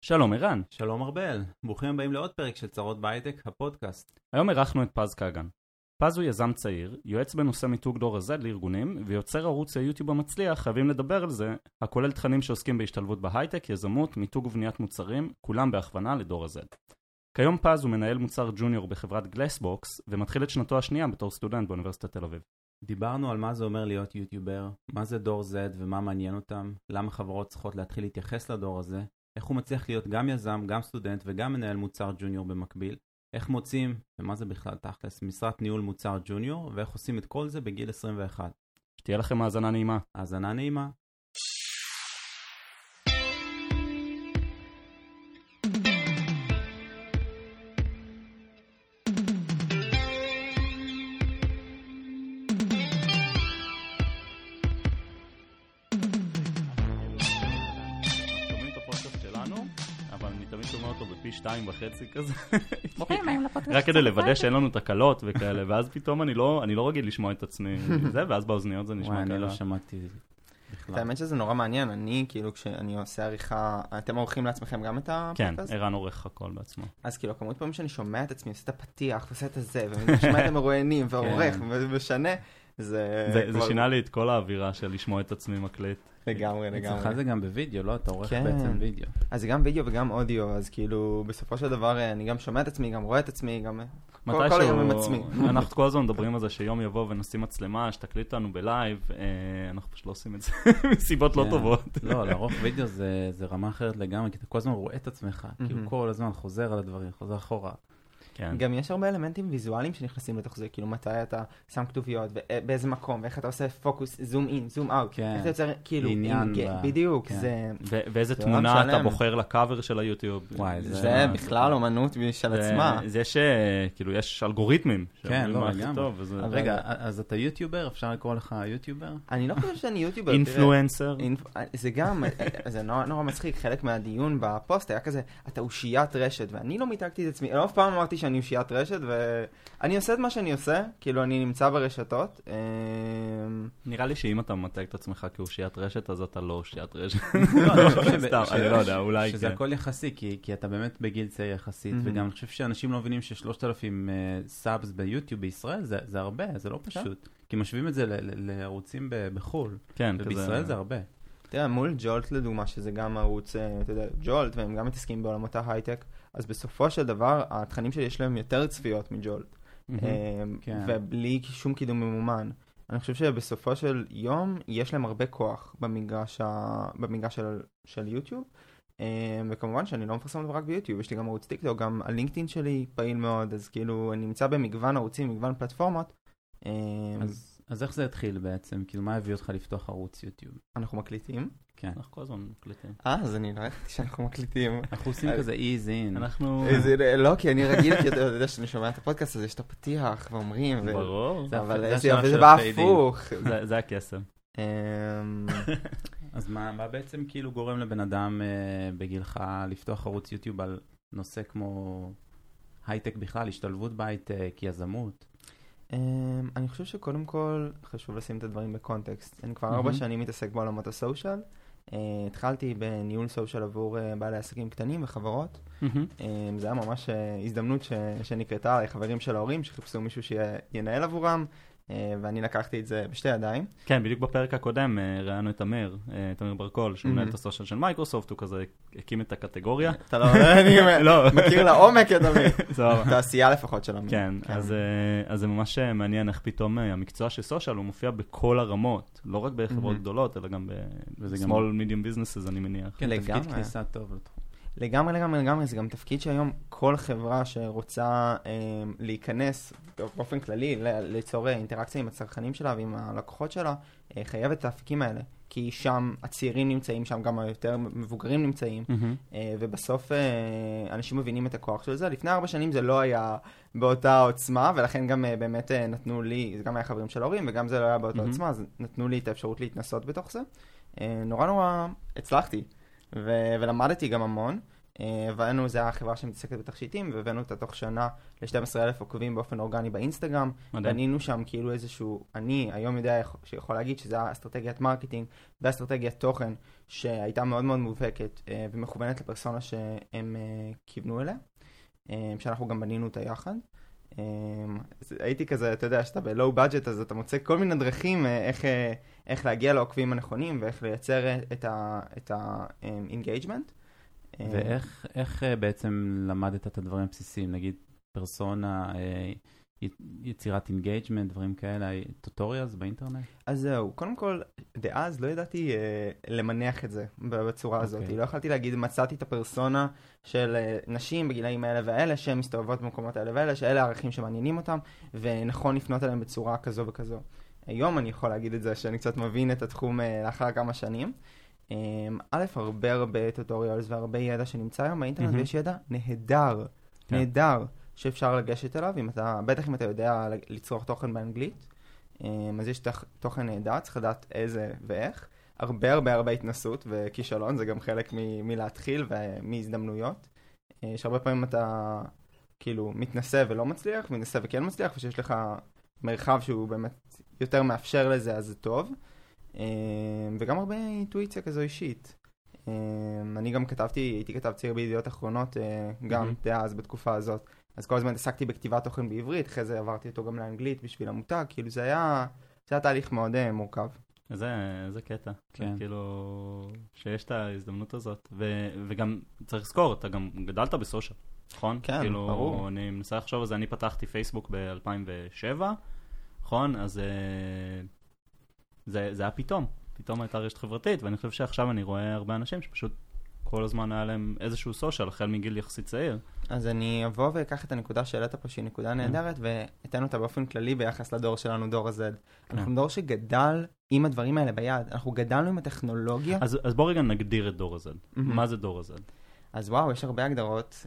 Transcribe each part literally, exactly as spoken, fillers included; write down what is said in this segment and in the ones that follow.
שלום ערן. שלום ארבל, ברוכים הבאים לעוד פרק של צרות בהייטק, הפודקאסט. היום אירחנו את פז קאגן. פז הוא יזם צעיר, יועץ בנושא מיתוג דור ה-Z לארגונים, ויוצר ערוץ היוטיוב המצליח, חייבים לדבר על זה, הכולל תכנים שעוסקים בהשתלבות בהייטק, יזמות, מיתוג ובניית מוצרים, כולם בהכוונה לדור ה-Z. כיום פז הוא מנהל מוצר ג'וניור בחברת גלסבוקס, ומתחיל את שנתו השנייה בתור סטודנט באוניברסיטת תל אביב. דיברנו על מה זה אומר להיות יוטיובר, מה זה דור Z ומה מעניין אותם, למה חברות צריכות להתחיל להתייחס לדור הזה, איך הוא מצליח להיות גם יזם, גם סטודנט וגם מנהל מוצר ג'וניור במקביל, איך מוצאים, ומה זה בכלל תכלס, משרת ניהול מוצר ג'וניור, ואיך עושים את כל זה בגיל עשרים ואחת. שתהיה לכם האזנה נעימה. האזנה נעימה. פי שתיים וחצי כזה. רק כדי לוודא שאין לנו תקלות וכאלה, ואז פתאום אני לא, אני לא רגיל לשמוע את עצמי זה, ואז באוזניות זה נשמע כאלה. אני לא שמעתי בכלל. האמת שזה נורא מעניין, אני כאילו כשאני עושה עריכה, אתם עורכים לעצמכם גם את הפודקאסט? כן, ערן עורך הכל בעצמו. אז כאילו, כמות פעמים שאני שומע את עצמי, עושה את הפתיח, ועושה את הזה, ושומע את המרואיינים, ועורך, ומשנה, זה... זה שינה לי את כל האווירה של לשמוע את עצמי מקליט. לגמרי, לגמרי. אצלך זה גם בווידאו, לא? אתה עורך בעצם וידאו. אז זה גם וידאו וגם אודיו, אז כאילו, בסופו של דבר, אני גם שומע את עצמי, גם רואה את עצמי, גם... כל היום עם עצמי. אנחנו כל הזמן מדברים על זה שיום יבוא ונשים מצלמה, שתקליט אותנו בלייב, אנחנו פשוט לא עושים את זה מסיבות לא טובות. לא, לערוך וידאו זה רמה אחרת לגמרי, כי אתה כל הזמן רואה את עצמך, כאילו כל הזמן חוזר על הדברים, חוזר אחורה. גם יש הרבה אלמנטים ויזואליים שנכנסים לתוך זה, כאילו מתי אתה שם כתוביות, באיזה מקום, ואיך אתה עושה פוקוס, זום אין, זום אאוט, איך אתה יוצר, כאילו, בדיוק, זה... ואיזה תמונה אתה בוחר לקאבר של היוטיוב. זה בכלל אומנות של עצמה. זה יש, כאילו, יש אלגוריתמים. כן, לא, לגמרי. רגע, אז אתה יוטיובר? אפשר לקרוא לך יוטיובר? אני לא חושב שאני יוטיובר. אינפלואנסר. זה גם, זה נורא מצחיק, חלק מהדיון בפוסט היה כזה, אתה אושיית רשת, ואני לא מתאגתי את עצמי, אף פעם אמרתי שאני אושיית רשת, ואני עושה את מה שאני עושה, כאילו אני נמצא ברשתות. נראה לי שאם אתה מתאג את עצמך כאושיית רשת, אז אתה לא אושיית רשת. אני לא יודע, אולי שזה הכל יחסי, כי אתה באמת בגיל צעיר יחסית, וגם אני חושב שאנשים לא מבינים ששלושת אלפים סאבס ביוטיוב בישראל, זה הרבה, זה לא פשוט. כי משווים את זה לערוצים בחול. כן. ובישראל זה הרבה. תראה, מול ג'ולט לדוגמה, שזה גם ערוץ, אתה יודע, ג'ולט, והם גם מתעסקים בעולמות ההייטק, אז בסופו של דבר, התכנים שלי יש להם יותר צפיות מג'ולט, ובלי שום קידום ממומן. אני חושב שבסופו של יום, יש להם הרבה כוח במגרש של יוטיוב, וכמובן שאני לא מפרסם רק ביוטיוב, יש לי גם ערוץ טיקטוק, גם הלינקדאין שלי פעיל מאוד, אז כאילו אני נמצא במגוון ערוצים, מגוון פלטפורמות. אז אז איך זה התחיל בעצם? כאילו, מה הביא אותך לפתוח ערוץ יוטיוב? אנחנו מקליטים. כן. אנחנו כל הזמן מקליטים. אה, אז אני לא ראיתי שאנחנו מקליטים. אנחנו עושים כזה איזין. אנחנו... לא, כי אני רגיל, כי אתה יודע שאני שומע את הפודקאסט הזה, יש את הפתיח ואומרים. ברור. אבל זה בא הפוך. זה הקסם. אז מה בעצם כאילו גורם לבן אדם בגילך לפתוח ערוץ יוטיוב על נושא כמו הייטק בכלל, השתלבות בהייטק, יזמות? אני חושב שקודם כל חשוב לשים את הדברים בקונטקסט. אני כבר ארבע שנים מתעסק בעולמות הסושיאל. התחלתי בניהול סושיאל עבור בעלי עסקים קטנים וחברות. זה היה ממש הזדמנות שנקרתה עליי חברים של ההורים שחיפשו מישהו שינהל עבורם, ואני לקחתי את זה בשתי ידיים. כן, בדיוק בפרק הקודם ראינו את אמיר, תמיר ברקול, שהוא מנהל את הסושיאל של מייקרוסופט, הוא כזה הקים את הקטגוריה. אתה לא, אני מכיר לעומק את אמיר. תעשייה לפחות של אמיר. כן, אז זה ממש מעניין איך פתאום המקצוע של סושיאל הוא מופיע בכל הרמות, לא רק בחברות גדולות, אלא גם ב-small medium businesses, אני מניח. כן, תפקיד כניסה טוב. לגמרי, לגמרי, לגמרי, זה גם תפקיד שהיום כל חברה שרוצה אה, להיכנס באופן כללי, ליצור אינטראקציה עם הצרכנים שלה ועם הלקוחות שלה, אה, חייבת את האפיקים האלה. כי שם הצעירים נמצאים, שם גם היותר מבוגרים נמצאים, mm-hmm. אה, ובסוף אה, אנשים מבינים את הכוח של זה. לפני ארבע שנים זה לא היה באותה עוצמה, ולכן גם אה, באמת אה, נתנו לי, זה גם היה חברים של ההורים, וגם זה לא היה באותה mm-hmm. עוצמה, אז נתנו לי את האפשרות להתנסות בתוך זה. אה, נורא נורא הצלחתי. ו- ולמדתי גם המון, הבאנו, זה החברה שמתעסקת בתכשיטים, והבאנו אותה תוך שנה ל-שנים עשר אלף עוקבים באופן אורגני באינסטגרם. בנינו שם כאילו איזשהו, אני היום יודע שיכול להגיד שזה אסטרטגיית מרקטינג ואסטרטגיית תוכן שהייתה מאוד מאוד מובהקת ומכוונת לפרסונה שהם כיוונו אליה, שאנחנו גם בנינו אותה יחד. הייתי כזה, אתה יודע, שאתה בלואו בדג'ט, אז אתה מוצא כל מיני דרכים איך, איך להגיע לעוקבים הנכונים ואיך לייצר את ה-engagement. ואיך איך בעצם למדת את הדברים הבסיסיים, נגיד פרסונה, יצירת אינגייג'מנט, דברים כאלה, טוטוריאלס באינטרנט? אז זהו, קודם כל, דאז לא ידעתי אה, למנח את זה בצורה okay. הזאת. לא יכולתי להגיד, מצאתי את הפרסונה של אה, נשים בגילאים האלה והאלה, שהן מסתובבות במקומות האלה והאלה, שאלה הערכים שמעניינים אותם, ונכון לפנות אליהם בצורה כזו וכזו. היום אני יכול להגיד את זה, שאני קצת מבין את התחום אה, לאחר כמה שנים. אה, א', הרבה הרבה טוטוריאלס והרבה ידע שנמצא היום באינטרנט, mm-hmm. ויש ידע נהדר, okay. נהדר. שאפשר לגשת אליו, אם אתה, בטח אם אתה יודע לצרוך תוכן באנגלית, אז יש תוכן נהדר, צריך לדעת איזה ואיך. הרבה הרבה הרבה התנסות וכישלון, זה גם חלק מ- מלהתחיל ומהזדמנויות. יש הרבה פעמים אתה כאילו מתנסה ולא מצליח, מתנסה וכן מצליח, ושיש לך מרחב שהוא באמת יותר מאפשר לזה, אז זה טוב. וגם הרבה אינטואיציה כזו אישית. אני גם כתבתי, הייתי כתב צעיר בידיעות אחרונות, גם דאז בתקופה הזאת. אז כל הזמן עסקתי בכתיבת תוכן בעברית, אחרי זה עברתי אותו גם לאנגלית בשביל המותג, כאילו זה היה, זה היה תהליך מאוד מורכב. זה, זה קטע, כן. כאילו, שיש את ההזדמנות הזאת, ו, וגם צריך לזכור, אתה גם גדלת בסושיאל, נכון? כן, כאילו, ברור. אני מנסה לחשוב על זה, אני פתחתי פייסבוק ב-אלפיים ושבע, נכון? אז זה, זה היה פתאום, פתאום הייתה רשת חברתית, ואני חושב שעכשיו אני רואה הרבה אנשים שפשוט כל הזמן היה להם איזשהו סושיאל, החל מגיל יחסית צעיר. אז אני אבוא ואקח את הנקודה שהעלית פה, שהיא נקודה נהדרת, ואתן אותה באופן כללי ביחס לדור שלנו, דור ה-Z. אנחנו דור שגדל עם הדברים האלה ביד. אנחנו גדלנו עם הטכנולוגיה. אז, אז בוא רגע נגדיר את דור ה-Z. מה זה דור ה-Z? אז וואו, יש הרבה הגדרות.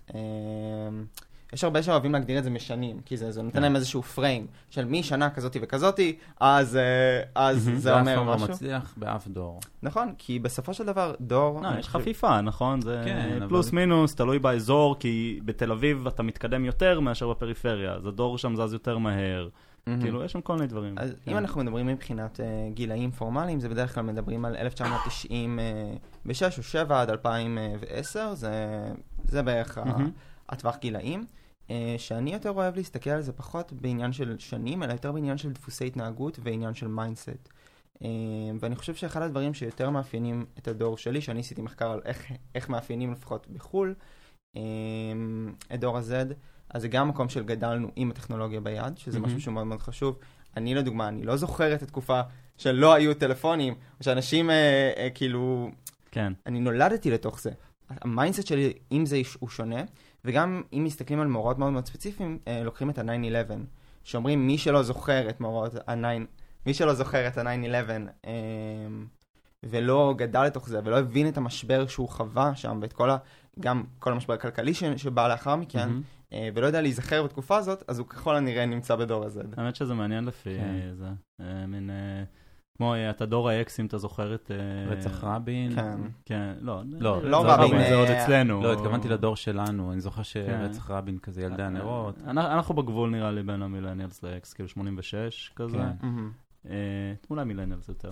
יש הרבה שאוהבים להגדיר את זה משנים, כי זה, זה נותן להם איזשהו פריים של משנה כזאתי וכזאתי, אז, אז זה אומר משהו. זה אף לא מצליח באף דור. נכון, כי בסופו של דבר דור... לא, יש חפיפה, נכון? זה פלוס מינוס, תלוי באזור, כי בתל אביב אתה מתקדם יותר מאשר בפריפריה, אז הדור שם זז יותר מהר. כאילו, יש שם כל מיני דברים. אז אם אנחנו מדברים מבחינת גילאים פורמליים, זה בדרך כלל מדברים על אלף תשע מאות תשעים ושש או שבע עד אלפיים ועשר, זה בערך הטווח גילאים. שאני יותר אוהב להסתכל על זה פחות בעניין של שנים, אלא יותר בעניין של דפוסי התנהגות ועניין של מיינדסט. ואני חושב שאחד הדברים שיותר מאפיינים את הדור שלי, שאני עשיתי מחקר על איך, איך מאפיינים לפחות בחול, את דור ה-Z, אז זה גם מקום של גדלנו עם הטכנולוגיה ביד, שזה משהו שהוא מאוד מאוד חשוב. אני לדוגמה, אני לא זוכר את התקופה שלא היו טלפונים, או שאנשים אה, אה, כאילו... כן. אני נולדתי לתוך זה. המיינדסט שלי, אם זה הוא שונה, וגם אם מסתכלים על מאורעות מאוד מאוד ספציפיים, אה, לוקחים את ה-ניין אלבן, שאומרים מי שלא זוכר את מאורעות ה-9, מי שלא זוכר את ה-ניין אלבן, אה, ולא גדל לתוך זה, ולא הבין את המשבר שהוא חווה שם, ואת כל ה... גם כל המשבר הכלכלי ש... שבא לאחר מכן, mm-hmm. אה, ולא יודע להיזכר בתקופה הזאת, אז הוא ככל הנראה נמצא בדור הזה. האמת שזה מעניין לפי כן. זה. אה, מין... אה... כמו אתה דור ה-X, אם אתה זוכר את... רצח רבין. כן. כן, לא. לא, לא רבין. זה עוד אצלנו. לא, התכוונתי לדור שלנו. אני זוכר שרצח רבין כזה ילדי הנרות. אנחנו בגבול נראה לי בין המילניאלס ל-X, כאילו שמונים ושש כזה. אולי מילניאלס יותר.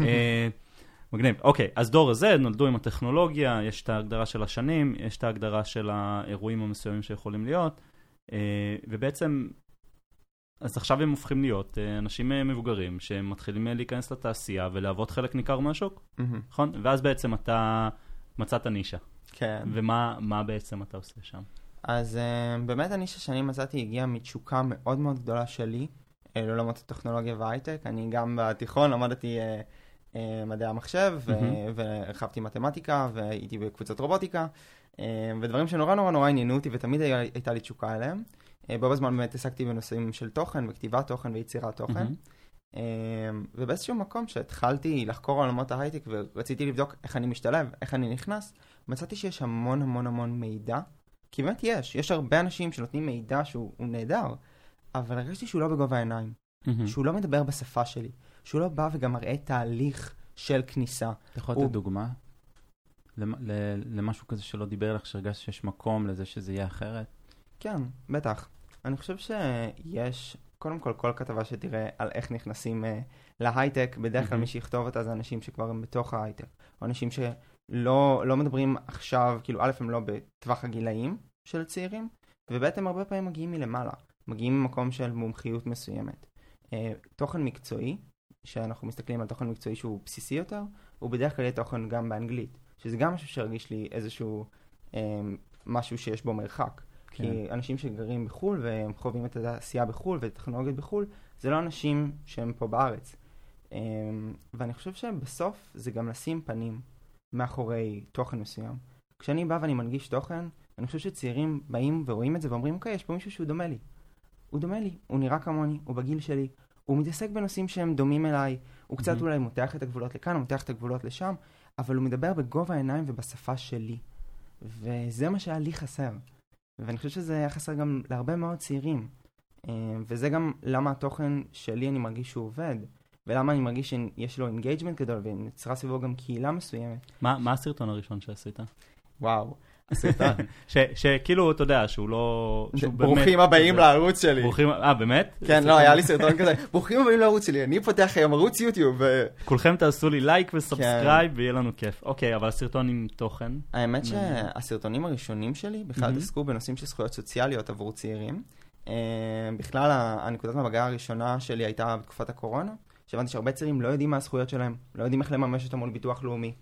מגניב. אוקיי, אז דור הזה נולדו עם הטכנולוגיה, יש את ההגדרה של השנים, יש את ההגדרה של האירועים המסוימים שיכולים להיות, ובעצם... אז עכשיו הם הופכים להיות אנשים מבוגרים שמתחילים להיכנס לתעשייה ולהוות חלק ניכר מהשוק, נכון? ואז בעצם אתה מצאת נישה. כן. ומה מה בעצם אתה עושה שם? אז באמת הנישה שאני מצאתי הגיעה מתשוקה מאוד מאוד גדולה שלי, לעולמות הטכנולוגיה וההייטק. אני גם בתיכון למדתי מדעי המחשב והרחבתי מתמטיקה והייתי בקבוצות רובוטיקה, ודברים שנורא נורא נורא עניינו אותי ותמיד הייתה לי תשוקה אליהם. בו בזמן באמת עסקתי בנושאים של תוכן וכתיבת תוכן ויצירת תוכן. Mm-hmm. ובאיזשהו מקום שהתחלתי לחקור עולמות ההייטק ורציתי לבדוק איך אני משתלב, איך אני נכנס, מצאתי שיש המון המון המון מידע, כי באמת יש, יש הרבה אנשים שנותנים מידע שהוא נהדר, אבל הרגשתי שהוא לא בגובה העיניים, mm-hmm. שהוא לא מדבר בשפה שלי, שהוא לא בא וגם מראה תהליך של כניסה. אתה יכול לתת דוגמה? למשהו כזה שלא דיבר לך, שהרגשת שיש מקום לזה שזה יהיה אחרת? כן, בטח. אני חושב שיש, קודם כל, כל כתבה שתראה על איך נכנסים uh, להייטק, בדרך כלל מי שיכתוב אותה זה אנשים שכבר הם בתוך ההייטק, או אנשים שלא לא מדברים עכשיו, כאילו א' הם לא בטווח הגילאים של צעירים, וב' הם הרבה פעמים מגיעים מלמעלה, מגיעים ממקום של מומחיות מסוימת. Uh, תוכן מקצועי, שאנחנו מסתכלים על תוכן מקצועי שהוא בסיסי יותר, הוא בדרך כלל יהיה תוכן גם באנגלית, שזה גם משהו שהרגיש לי איזשהו um, משהו שיש בו מרחק. כי כן. אנשים שגרים בחול והם חווים את העשייה בחול ואת הטכנולוגיות בחול, זה לא אנשים שהם פה בארץ. ואני חושב שבסוף זה גם לשים פנים מאחורי תוכן מסוים. כשאני בא ואני מנגיש תוכן, אני חושב שצעירים באים ורואים את זה ואומרים, אוקיי, יש פה מישהו שהוא דומה לי. הוא דומה לי, הוא נראה כמוני, הוא בגיל שלי, הוא מתעסק בנושאים שהם דומים אליי, הוא קצת אולי מותח את הגבולות לכאן, הוא מותח את הגבולות לשם, אבל הוא מדבר בגובה העיניים ובשפה שלי. וזה מה שהיה לי חסר. ואני חושב שזה היה חסר גם להרבה מאוד צעירים. וזה גם למה התוכן שלי אני מרגיש שהוא עובד, ולמה אני מרגיש שיש לו אינגייג'מנט גדול, ונצרה סביבו גם קהילה מסוימת. מה, מה הסרטון הראשון שעשית? וואו, הסרטון. שכאילו, אתה יודע, שהוא לא... ברוכים הבאים לערוץ שלי. ברוכים, אה, באמת? כן, לא, היה לי סרטון כזה. ברוכים הבאים לערוץ שלי, אני פותח היום ערוץ יוטיוב. כולכם תעשו לי לייק וסאבסקרייב, ויהיה לנו כיף. אוקיי, אבל הסרטון עם תוכן? האמת שהסרטונים הראשונים שלי בכלל עסקו בנושאים של זכויות סוציאליות עבור צעירים. בכלל, הנקודת מבגר הראשונה שלי הייתה בתקופת הקורונה, שהבנתי שהרבה צעירים לא יודעים מה הזכויות שלהם, לא יודעים איך לממש אותם מול ביטוח לאומי.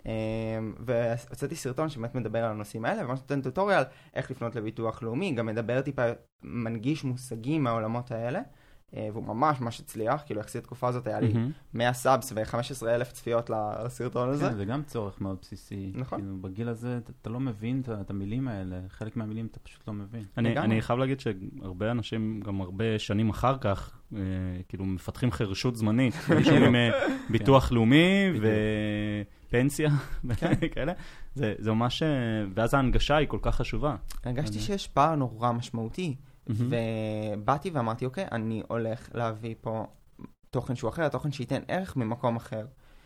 והוצאתי סרטון שבאמת מדבר על הנושאים האלה, וממש נותן טוטוריאל איך לפנות לביטוח לאומי, גם מדבר טיפה, מנגיש מושגים מהעולמות האלה, והוא ממש ממש הצליח, כאילו יחסית התקופה הזאת היה לי מאה סאבס ו-חמישה עשר אלף צפיות לסרטון הזה. כן, זה גם צורך מאוד בסיסי. נכון. כאילו בגיל הזה אתה לא מבין את המילים האלה, חלק מהמילים אתה פשוט לא מבין. אני חייב להגיד שהרבה אנשים, גם הרבה שנים אחר כך, כאילו מפתחים חרשות זמנית, עם ביטוח לאומי ופנסיה, כאלה. זה ממש, ואז ההנגשה היא כל כך חשובה. הרגשתי שיש פער נורא משמעותי. ובאתי ואמרתי, אוקיי, אני הולך להביא פה תוכן שהוא אחר, תוכן שייתן ערך ממקום אחר.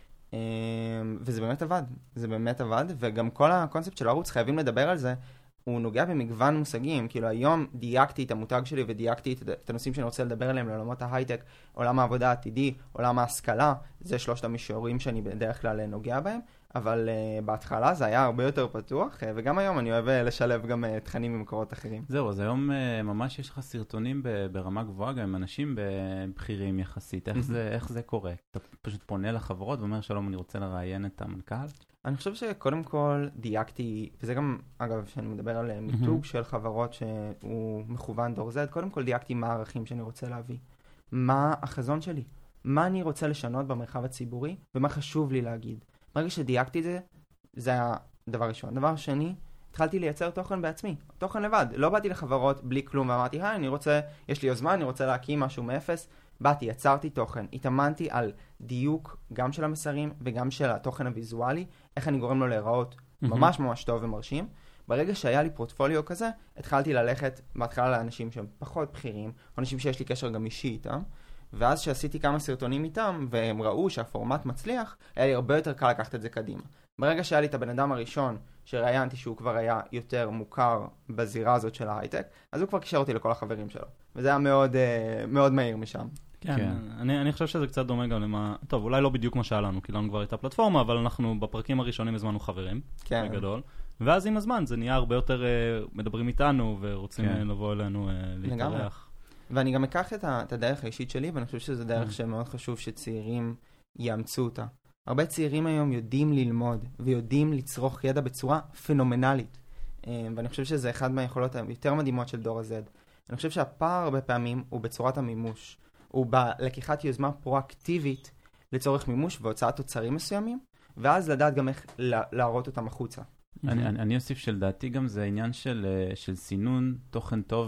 וזה באמת עבד, זה באמת עבד, וגם כל הקונספט של הערוץ, חייבים לדבר על זה, הוא נוגע במגוון מושגים, כאילו היום דייקתי את המותג שלי ודייקתי את הנושאים שאני רוצה לדבר עליהם לעולמות ההייטק, עולם העבודה העתידי, עולם ההשכלה, זה שלושת המישורים שאני בדרך כלל נוגע בהם, אבל uh, בהתחלה זה היה הרבה יותר פתוח, uh, וגם היום אני אוהב uh, לשלב גם uh, תכנים ממקורות אחרים. זהו, אז היום uh, ממש יש לך סרטונים ב- ברמה גבוהה, גם עם אנשים בכירים יחסית. איך זה, איך זה קורה? אתה פשוט פונה לחברות ואומר, שלום, אני רוצה לראיין את המנכ"ל? אני חושב שקודם כל דייקתי, וזה גם, אגב, שאני מדבר על מיתוג של חברות שהוא מכוון דור Z, קודם כל דייקתי מה הערכים שאני רוצה להביא. מה החזון שלי? מה אני רוצה לשנות במרחב הציבורי, ומה חשוב לי להגיד. ברגע שדייקתי את זה, זה היה דבר ראשון. דבר שני, התחלתי לייצר תוכן בעצמי, תוכן לבד. לא באתי לחברות בלי כלום ואמרתי, היי, אני רוצה, יש לי יוזמה, אני רוצה להקים משהו מאפס. באתי, יצרתי תוכן, התאמנתי על דיוק גם של המסרים וגם של התוכן הוויזואלי, איך אני גורם לו להיראות ממש ממש טוב ומרשים. ברגע שהיה לי פורטפוליו כזה, התחלתי ללכת בהתחלה לאנשים שהם פחות בכירים, אנשים שיש לי קשר גם אישי איתם, ואז שעשיתי כמה סרטונים איתם, והם ראו שהפורמט מצליח, היה לי הרבה יותר קל לקחת את זה קדימה. ברגע שהיה לי את הבן אדם הראשון, שראיינתי שהוא כבר היה יותר מוכר בזירה הזאת של ההייטק, אז הוא כבר קישר אותי לכל החברים שלו. וזה היה מאוד, מאוד מהיר משם. כן, כן. אני, אני חושב שזה קצת דומה גם למה... טוב, אולי לא בדיוק מה שהיה לנו, כי לנו כבר הייתה פלטפורמה, אבל אנחנו בפרקים הראשונים הזמנו חברים, כן. בגדול. ואז עם הזמן זה נהיה הרבה יותר uh, מדברים איתנו, ורוצים כן. לבוא אלינו uh, להתארח. ואני גם אקח את, ה, את הדרך האישית שלי, ואני חושב שזה דרך שמאוד חשוב שצעירים יאמצו אותה. הרבה צעירים היום יודעים ללמוד, ויודעים לצרוך ידע בצורה פנומנלית. ואני חושב שזה אחד מהיכולות היותר מדהימות של דור ה-Z. אני חושב שהפער הרבה פעמים הוא בצורת המימוש. הוא בלקיחת יוזמה פרואקטיבית לצורך מימוש והוצאת תוצרים מסוימים, ואז לדעת גם איך להראות אותם החוצה. אני, אני, אני אוסיף שלדעתי גם זה העניין של, של סינון תוכן טוב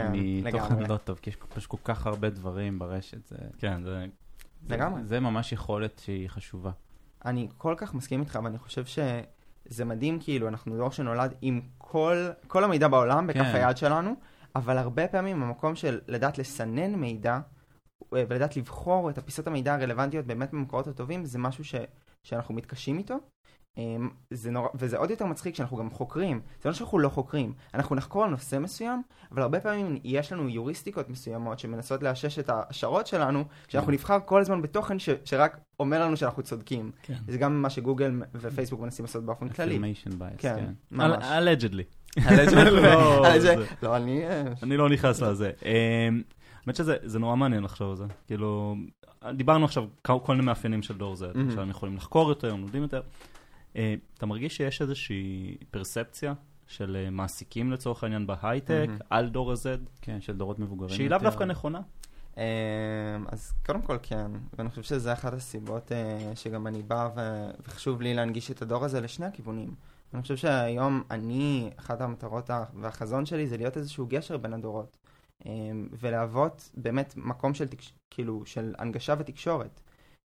מתוכן כן, לא טוב, כי יש פשוט כל כך הרבה דברים ברשת. זה, כן, זה, זה, זה ממש יכולת שהיא חשובה. אני כל כך מסכים איתך, ואני חושב שזה מדהים, כאילו, אנחנו דור שנולד עם כל, כל המידע בעולם בכף כן. היד שלנו, אבל הרבה פעמים המקום של לדעת לסנן מידע, ולדעת לבחור את הפיסות המידע הרלוונטיות באמת במקורות הטובים, זה משהו שאנחנו מתקשים איתו, זה נורא, וזה עוד יותר מצחיק שאנחנו גם חוקרים. זה לא שאנחנו לא חוקרים, אנחנו נחקור על נושא מסוים, אבל הרבה פעמים יש לנו יוריסטיקות מסוימות שמנסות לאשש את ההשערות שלנו, שאנחנו נבחר כל הזמן בתוכן ש, שרק אומר לנו שאנחנו צודקים. כן. זה גם מה שגוגל ופייסבוק מנסים לעשות באופן כללי. Affirmation bias, כן, כן. ממש. allegedly. לא, אני... אני לא נכנס לזה. האמת שזה נורא מעניין לחשוב על זה. כאילו, דיברנו עכשיו כל מיני מאפיינים של דור Z, שאנחנו יכולים לחקור יותר, נולדים יותר. אתה מרגיש שיש איזושהי פרספציה של מעסיקים לצורך העניין בהייטק, על דור ה-Z? כן, של דורות מבוגרים. שהיא לאו דווקא נכונה? אז קודם כל כן, ואני חושב שזה אחת הסיבות שגם אני בא וחשוב לי להנגיש את הדור הזה לשני הכיוונים. אני חושב שהיום אני, אחת המטרות והחזון שלי זה להיות איזשהו גשר בין הדורות, ולהוות באמת מקום של, כאילו, של הנגשה ותקשורת.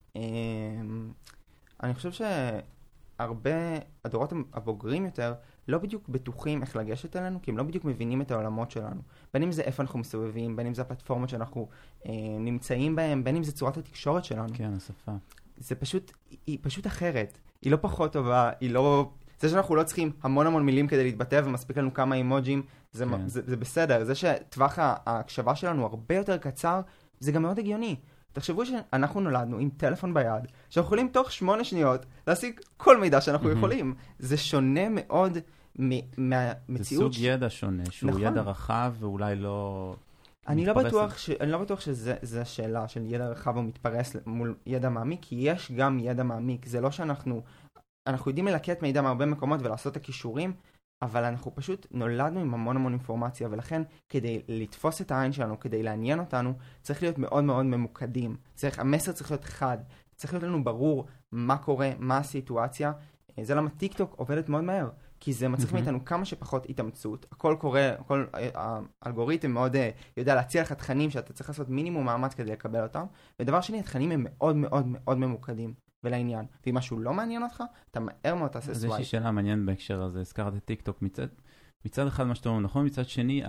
אני חושב שהרבה, הדורות הבוגרים יותר, לא בדיוק בטוחים איך לגשת אלינו, כי הם לא בדיוק מבינים את העולמות שלנו. בין אם זה איפה אנחנו מסובבים, בין אם זה הפלטפורמות שאנחנו אה, נמצאים בהם, בין אם זה צורת התקשורת שלנו. כן, השפה. זה פשוט, היא פשוט אחרת. היא לא פחות טובה, היא לא... זה שאנחנו לא צריכים המון המון מילים כדי להתבטא, ומספיק לנו כמה אימוג'ים, זה, כן. זה, זה בסדר. זה שטווח ההקשבה שלנו הרבה יותר קצר, זה גם מאוד הגיוני. תחשבו שאנחנו נולדנו עם טלפון ביד, שאנחנו יכולים תוך שמונה שניות להשיג כל מידע שאנחנו mm-hmm. יכולים. זה שונה מאוד מהמציאות. זה סוג ידע שונה, שהוא נכון. ידע רחב ואולי לא... אני לא בטוח, ש... אני לא בטוח שזה השאלה של ידע רחב ומתפרס מול ידע מעמיק, כי יש גם ידע מעמיק. זה לא שאנחנו... אנחנו יודעים ללקט מידע מהרבה מקומות ולעשות את הכישורים, אבל אנחנו פשוט נולדנו עם המון המון אינפורמציה, ולכן כדי לתפוס את העין שלנו, כדי לעניין אותנו, צריך להיות מאוד מאוד ממוקדים. צריך, המסר צריך להיות חד, צריך להיות לנו ברור מה קורה, מה הסיטואציה. זה למה טיק טוק עובדת מאוד מהר, כי זה מצריך מאיתנו כמה שפחות התאמצות. הכל קורה, הכל, האלגוריתם מאוד יודע להציע לך תכנים שאתה צריך לעשות מינימום מאמץ כדי לקבל אותם, ודבר שני, התכנים הם מאוד מאוד מאוד ממוקדים. ולעניין. ואם משהו לא מעניין אותך, אתה מהר מאוד תעשה סווייפ. אז יש לי שאלה מעניינת בהקשר הזה, הזכרת את טיק טוק, מצד, מצד אחד מה שאתה אומר, נכון? מצד שני,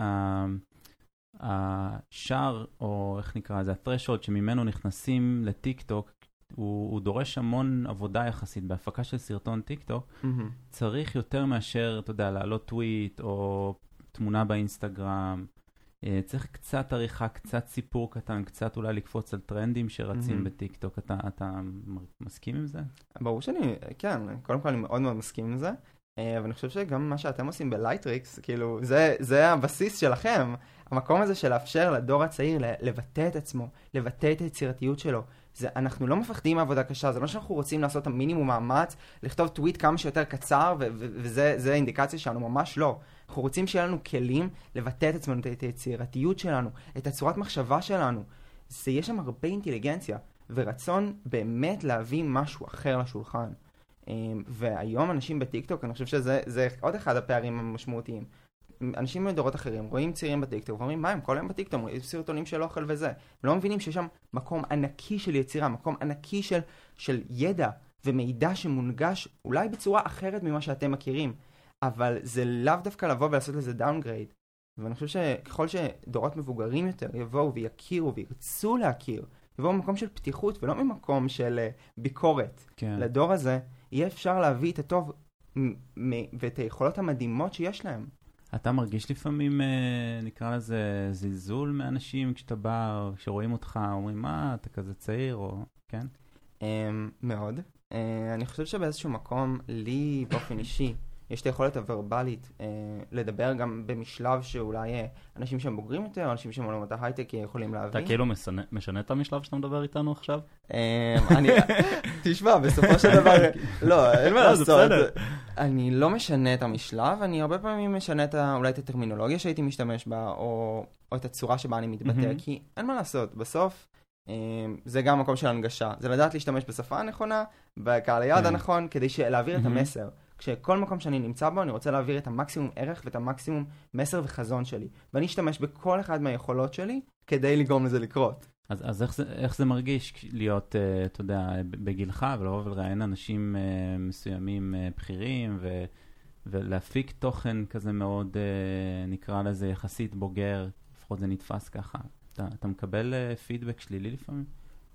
השער, או איך נקרא, זה הטרשולד שממנו נכנסים לטיק טוק, הוא, הוא דורש המון עבודה יחסית, בהפקה של סרטון טיק טוק, mm-hmm. צריך יותר מאשר, אתה יודע, לעלות טוויט, או תמונה באינסטגרם, צריך קצת עריכה, קצת סיפור קטן, קצת אולי לקפוץ על טרנדים שרצים בטיק טוק. אתה, אתה מסכים עם זה? ברור שאני, כן, קודם כל אני מאוד מאוד מסכים עם זה, אבל אני חושב שגם מה שאתם עושים בלייטריקס, כאילו, זה, זה הבסיס שלכם, המקום הזה של לאפשר לדור הצעיר לבטא את עצמו, לבטא את היצירתיות שלו. זה, אנחנו לא מפחדים מעבודה קשה, זה לא שאנחנו רוצים לעשות המינימום מאמץ, לכתוב טוויט כמה שיותר קצר, ו- ו- וזה זה האינדיקציה שלנו, ממש לא. אנחנו רוצים שיהיה לנו כלים לבטא את עצמנו, את היצירתיות שלנו, את הצורת מחשבה שלנו. זה, יש שם הרבה אינטליגנציה, ורצון באמת להביא משהו אחר לשולחן. והיום אנשים בטיקטוק, אני חושב שזה זה עוד אחד הפערים המשמעותיים. אנשים מדורות אחרים רואים צעירים בטיקטוק ואומרים, מה הם כל היום בטיקטוק, רואים סרטונים של אוכל וזה. לא מבינים שיש שם מקום ענקי של יצירה, מקום ענקי של, של ידע ומידע שמונגש אולי בצורה אחרת ממה שאתם מכירים. אבל זה לאו דווקא לבוא ולעשות לזה דאונגרייד. ואני חושב שככל שדורות מבוגרים יותר יבואו ויכירו וירצו להכיר, יבואו ממקום של פתיחות ולא ממקום של ביקורת. כן. לדור הזה יהיה אפשר להביא את הטוב ואת היכולות המדהימות שיש להם. אתה מרגיש לפעמים, נקרא לזה, זלזול מאנשים כשאתה בא, כשרואים אותך, אומרים, מה, אתה כזה צעיר, או... כן? מאוד. אני חושב שבאיזשהו מקום, לי באופן אישי, יש את היכולת הוורבלית אה, לדבר גם במשלב שאולי אה, אנשים שהם בוגרים יותר, אנשים שהם עולמות ההייטק יכולים להבין. אתה כאילו משנה, משנה את המשלב שאתה מדבר איתנו עכשיו? אה, אני, תשמע, בסופו של דבר, לא, אין מה לעשות. אני לא משנה את המשלב, אני הרבה פעמים משנה את, אולי את הטרמינולוגיה שהייתי משתמש בה, או, או את הצורה שבה אני מתבטא, mm-hmm. כי אין מה לעשות, בסוף, אה, זה גם מקום של הנגשה. זה לדעת להשתמש בשפה הנכונה, בקהל היעד yeah. הנכון, כדי להעביר mm-hmm. את המסר. כשכל מקום שאני נמצא בו, אני רוצה להעביר את המקסימום ערך ואת המקסימום מסר וחזון שלי. ואני אשתמש בכל אחד מהיכולות שלי כדי לגרום לזה לקרות. אז, אז איך, זה, איך זה מרגיש להיות, uh, אתה יודע, בגילך, ולרוב ולראיין אנשים uh, מסוימים uh, בכירים, ו, ולהפיק תוכן כזה מאוד, uh, נקרא לזה יחסית בוגר, לפחות זה נתפס ככה. אתה, אתה מקבל uh, פידבק שלילי לפעמים?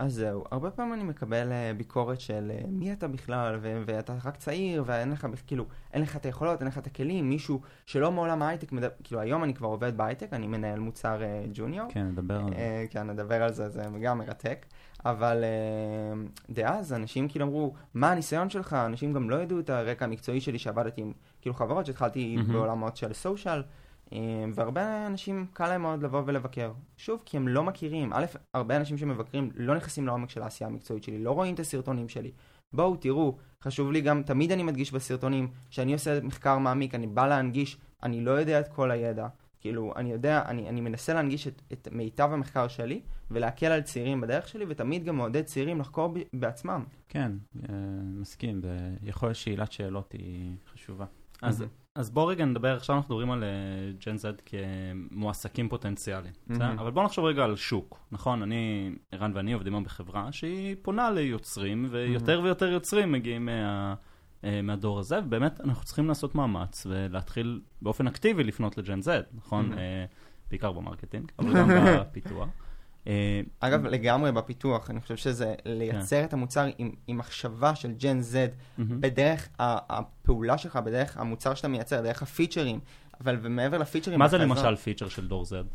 אז זהו, הרבה פעמים אני מקבל uh, ביקורת של uh, מי אתה בכלל, ו- ואתה רק צעיר, ואין לך, כאילו, אין לך את היכולות, אין לך את הכלים, מישהו שלא מעולם ההייטק, מדבר, כאילו היום אני כבר עובד בהייטק, אני מנהל מוצר uh, ג'וניור. כן, נדבר על זה. Uh, כן, נדבר על זה, זה גם מרתק. אבל uh, דאז, אנשים כאילו אמרו, מה הניסיון שלך? אנשים גם לא ידעו את הרקע המקצועי שלי שעבדתי עם, כאילו חברות שהתחלתי mm-hmm. בעולמות של סושיאל, והרבה אנשים קל להם מאוד לבוא ולבקר. שוב, כי הם לא מכירים. א', הרבה אנשים שמבקרים לא נכנסים לעומק של העשייה המקצועית שלי, לא רואים את הסרטונים שלי. בואו, תראו, חשוב לי גם, תמיד אני מדגיש בסרטונים, שאני עושה מחקר מעמיק, אני בא להנגיש, אני לא יודע את כל הידע. כאילו, אני יודע, אני, אני מנסה להנגיש את, את מיטב המחקר שלי, ולהקל על צעירים בדרך שלי, ותמיד גם מעודד צעירים לחקור ב, בעצמם. כן, מסכים, ויכול להיות שאלת שאלות היא חשובה. אז, אז בואו רגע נדבר, עכשיו אנחנו מדברים על ג'ן זד כמועסקים פוטנציאליים. Mm-hmm. אבל בואו נחשוב רגע על שוק, נכון? אני, ערן ואני עובדים בחברה שהיא פונה ליוצרים, ויותר mm-hmm. ויותר יוצרים מגיעים מה, מהדור הזה, ובאמת אנחנו צריכים לעשות מאמץ, ולהתחיל באופן אקטיבי לפנות לג'ן זד, נכון? Mm-hmm. בעיקר במרקטינג, אבל גם בפיתוח. אגב, לגמרי בפיתוח, אני חושב שזה לייצר את המוצר עם מחשבה של ג'ן זד בדרך הפעולה שלך, בדרך המוצר שאתה מייצר, דרך הפיצ'רים, אבל ומעבר לפיצ'רים... מה זה למשל פיצ'ר של דור זד?